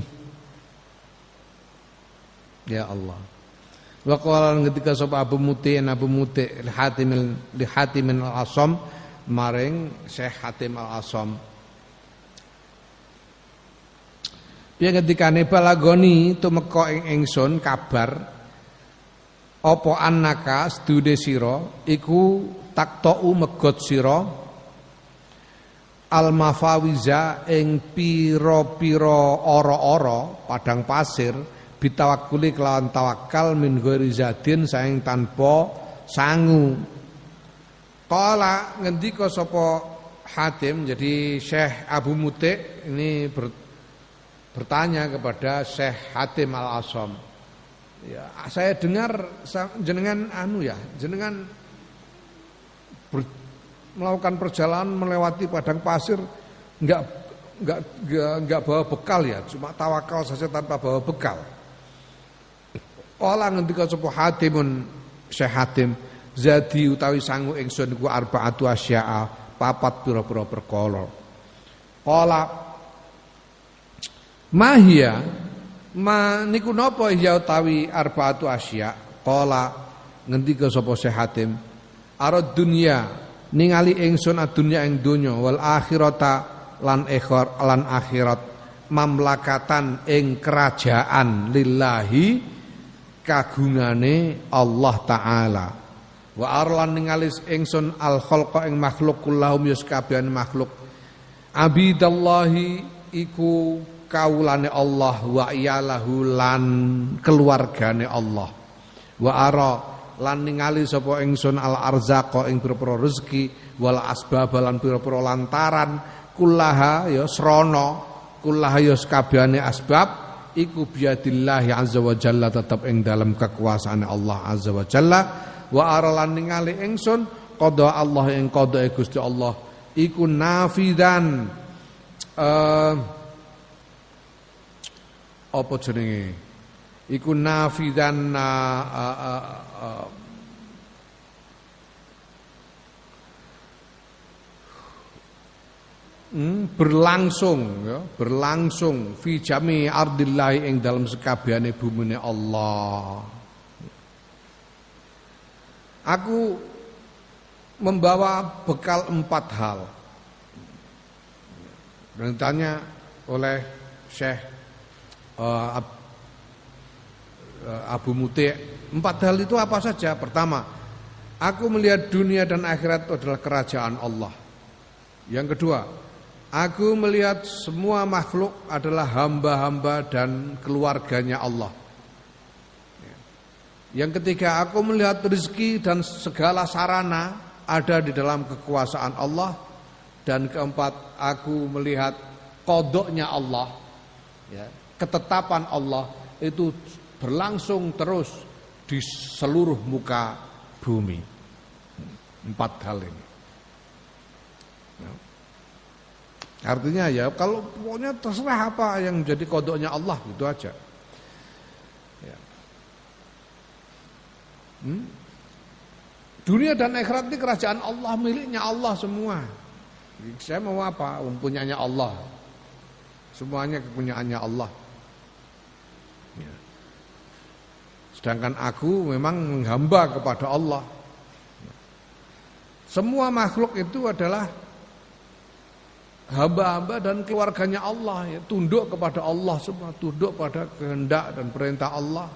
Ya Allah. Wa qala ketika sapa Abu Muti Abu Muti li Hatim li Hatim al-Asam maring Syekh Hatim al-Asam. Ya ketika balagoni tumeka ing ingsun kabar apa annaka sedude sira iku taktau megot sira al mafawiza ing pira-pira ora-ora padang pasir bitawakkuli kelawan tawakal min ghairi zadin saing tanpa sangu. Qala ngendika sapa Hatim, jadi Syekh Abu Muti ini ber, bertanya kepada Syekh Hatim al-Asam. Ya, saya dengar jenengan anu ya, jenengan ber, melakukan perjalanan melewati padang pasir enggak enggak enggak, enggak bawa bekal ya, cuma tawakal saja tanpa bawa bekal. Kala ngendika sapa Hatimun Syekh Hatim, zadi utawi sangu ingsun iku arbaatu asya'a, papat pira-pira perkara. Kala mahia ma niku napa ya utawi arbaatu asya. Qala ngendika sapa Syekh Hatim, arad dunya ningali ingsun adunya ing donya wal akhirata lan ikhor lan akhirat mamlakatan ing kerajaan lillahi kagungane Allah taala. Wa arlan ningali ingsun al khalqa ing makhluk kullahum yuskabehane makhluk abidallahi iku kaulane Allah wa iyalahu lan keluargane Allah. Wa ara lan ningali sapa ingsun al arzaqa ing pira-pira rezeki wal asbab lan pira-pira lantaran kullaha ya srana kullaha ya sakabehane asbab iku biadillah azza wa jalla tetep ing dalam kekuasaane Allah azza wa jalla. Wa ara lan ningali ingsun qada Allah ing qadae Gusti Allah iku nafidan uh, apa jenenge iku nafidan uh, uh, uh, Hmm, berlangsung ya, berlangsung fi jami ardillahi ing dalam sekabehane bumine Allah. Aku membawa bekal empat hal. Dan ditanya oleh Syekh uh, Ab, uh, Abu Muti, empat hal itu apa saja? Pertama, aku melihat dunia dan akhirat itu adalah kerajaan Allah. Yang kedua, aku melihat semua makhluk adalah hamba-hamba dan keluarganya Allah. Yang ketiga, aku melihat rezeki dan segala sarana ada di dalam kekuasaan Allah. Dan keempat, aku melihat qodoknya Allah, ya, ketetapan Allah itu berlangsung terus di seluruh muka bumi. Empat hal ini. Ya. Artinya ya kalau pokoknya terserah apa yang menjadi kodoknya Allah gitu aja. Ya. Hmm? Dunia dan akhirat ini kerajaan Allah, miliknya Allah semua. Saya mau apa? Mempunyainya Allah. Semuanya kepunyaannya Allah. Ya. Sedangkan aku memang menghamba kepada Allah. Semua makhluk itu adalah hamba-hamba dan keluarganya Allah, ya, tunduk kepada Allah semua, tunduk pada kehendak dan perintah Allah.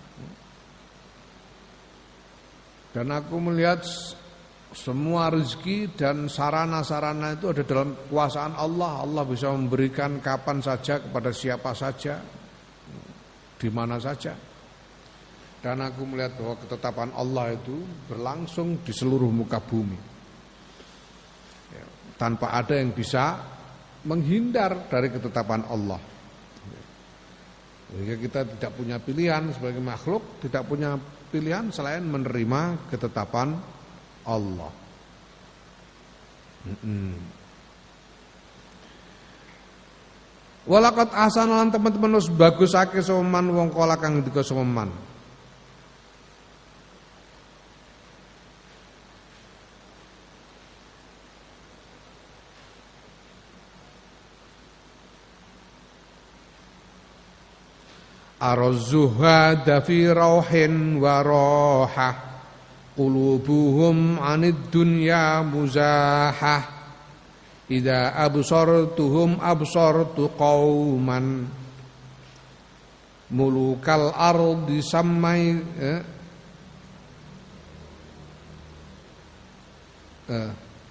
Dan aku melihat semua rezeki dan sarana-sarana itu ada dalam kekuasaan Allah. Allah bisa memberikan kapan saja kepada siapa saja, di mana saja. Dan aku melihat bahwa ketetapan Allah itu berlangsung di seluruh muka bumi. Tanpa ada yang bisa menghindar dari ketetapan Allah. Sehingga kita tidak punya pilihan sebagai makhluk, tidak punya pilihan selain menerima ketetapan Allah. Hmm. Walaqad ahsana lan teman-teman wis bagusake soman wong kala kang ngendika soman. Arzuhada fi rauhin wa roha qulubuhum anid dunya muzahah idza absartuhum absartu qauman mulukal ardi samai eh, eh,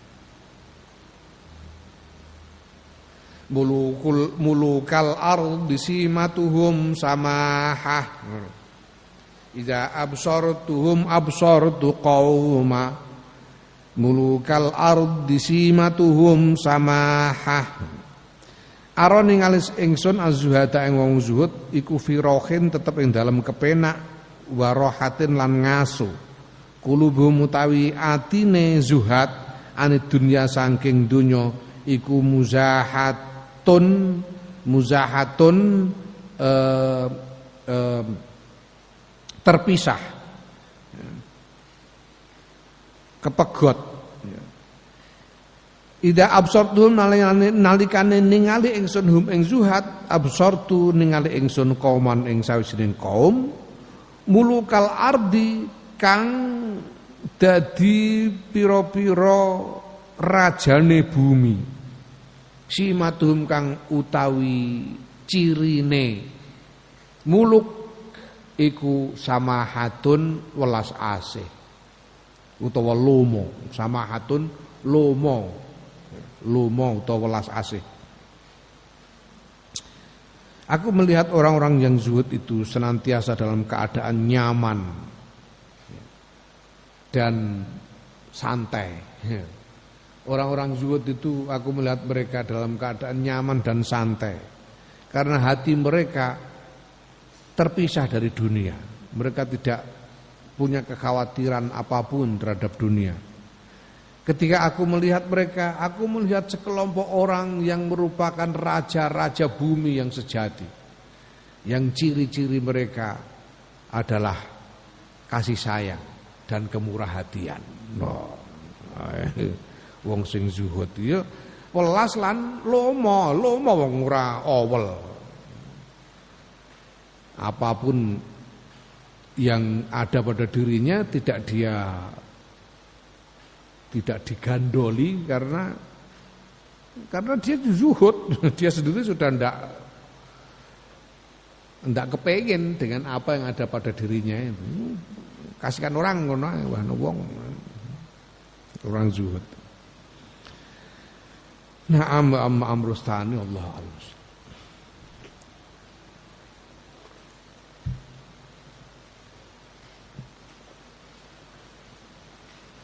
mulukul mulukal ardi simatuhum samahah idza absartuhum absartu qauma mulukal ardi simatuhum samahah. Aron ningali ingsun azzuhada ing wong zuhud iku firohin tetep ing dalem kepenak warohatin lan ngaso kulubu mutawi atine zuhad anid dunya saking donya iku muzahat Tun muzahatun eh, eh, terpisah, kepegot. Ida absortu nalikane ningali ingsun hum ing zuhad absortu ningali ingsun kauman ing sawijining kaum mulukal ardi kang dadi pira-pira rajane bumi. Simatuhum kang utawi cirine muluk iku samahatun welas asih utawa lomo samahatun lomo lomo utawa welas asih. Aku melihat orang-orang yang zuhud itu senantiasa dalam keadaan nyaman dan santai. Orang-orang zuhud itu aku melihat mereka dalam keadaan nyaman dan santai. Karena hati mereka terpisah dari dunia. Mereka tidak punya kekhawatiran apapun terhadap dunia. Ketika aku melihat mereka, aku melihat sekelompok orang yang merupakan raja-raja bumi yang sejati. Yang ciri-ciri mereka adalah kasih sayang dan kemurah hatian. Oh. Wong sing zuhud ya welas lan lomo, lomo wong ora awel. Apapun yang ada pada dirinya tidak dia tidak digandoli karena karena dia zuhud, dia sendiri sudah ndak ndak kepengin dengan apa yang ada pada dirinya itu. Kasihkan orang ngono wah wong orang zuhud. Na'am amma amrustani Allah alus.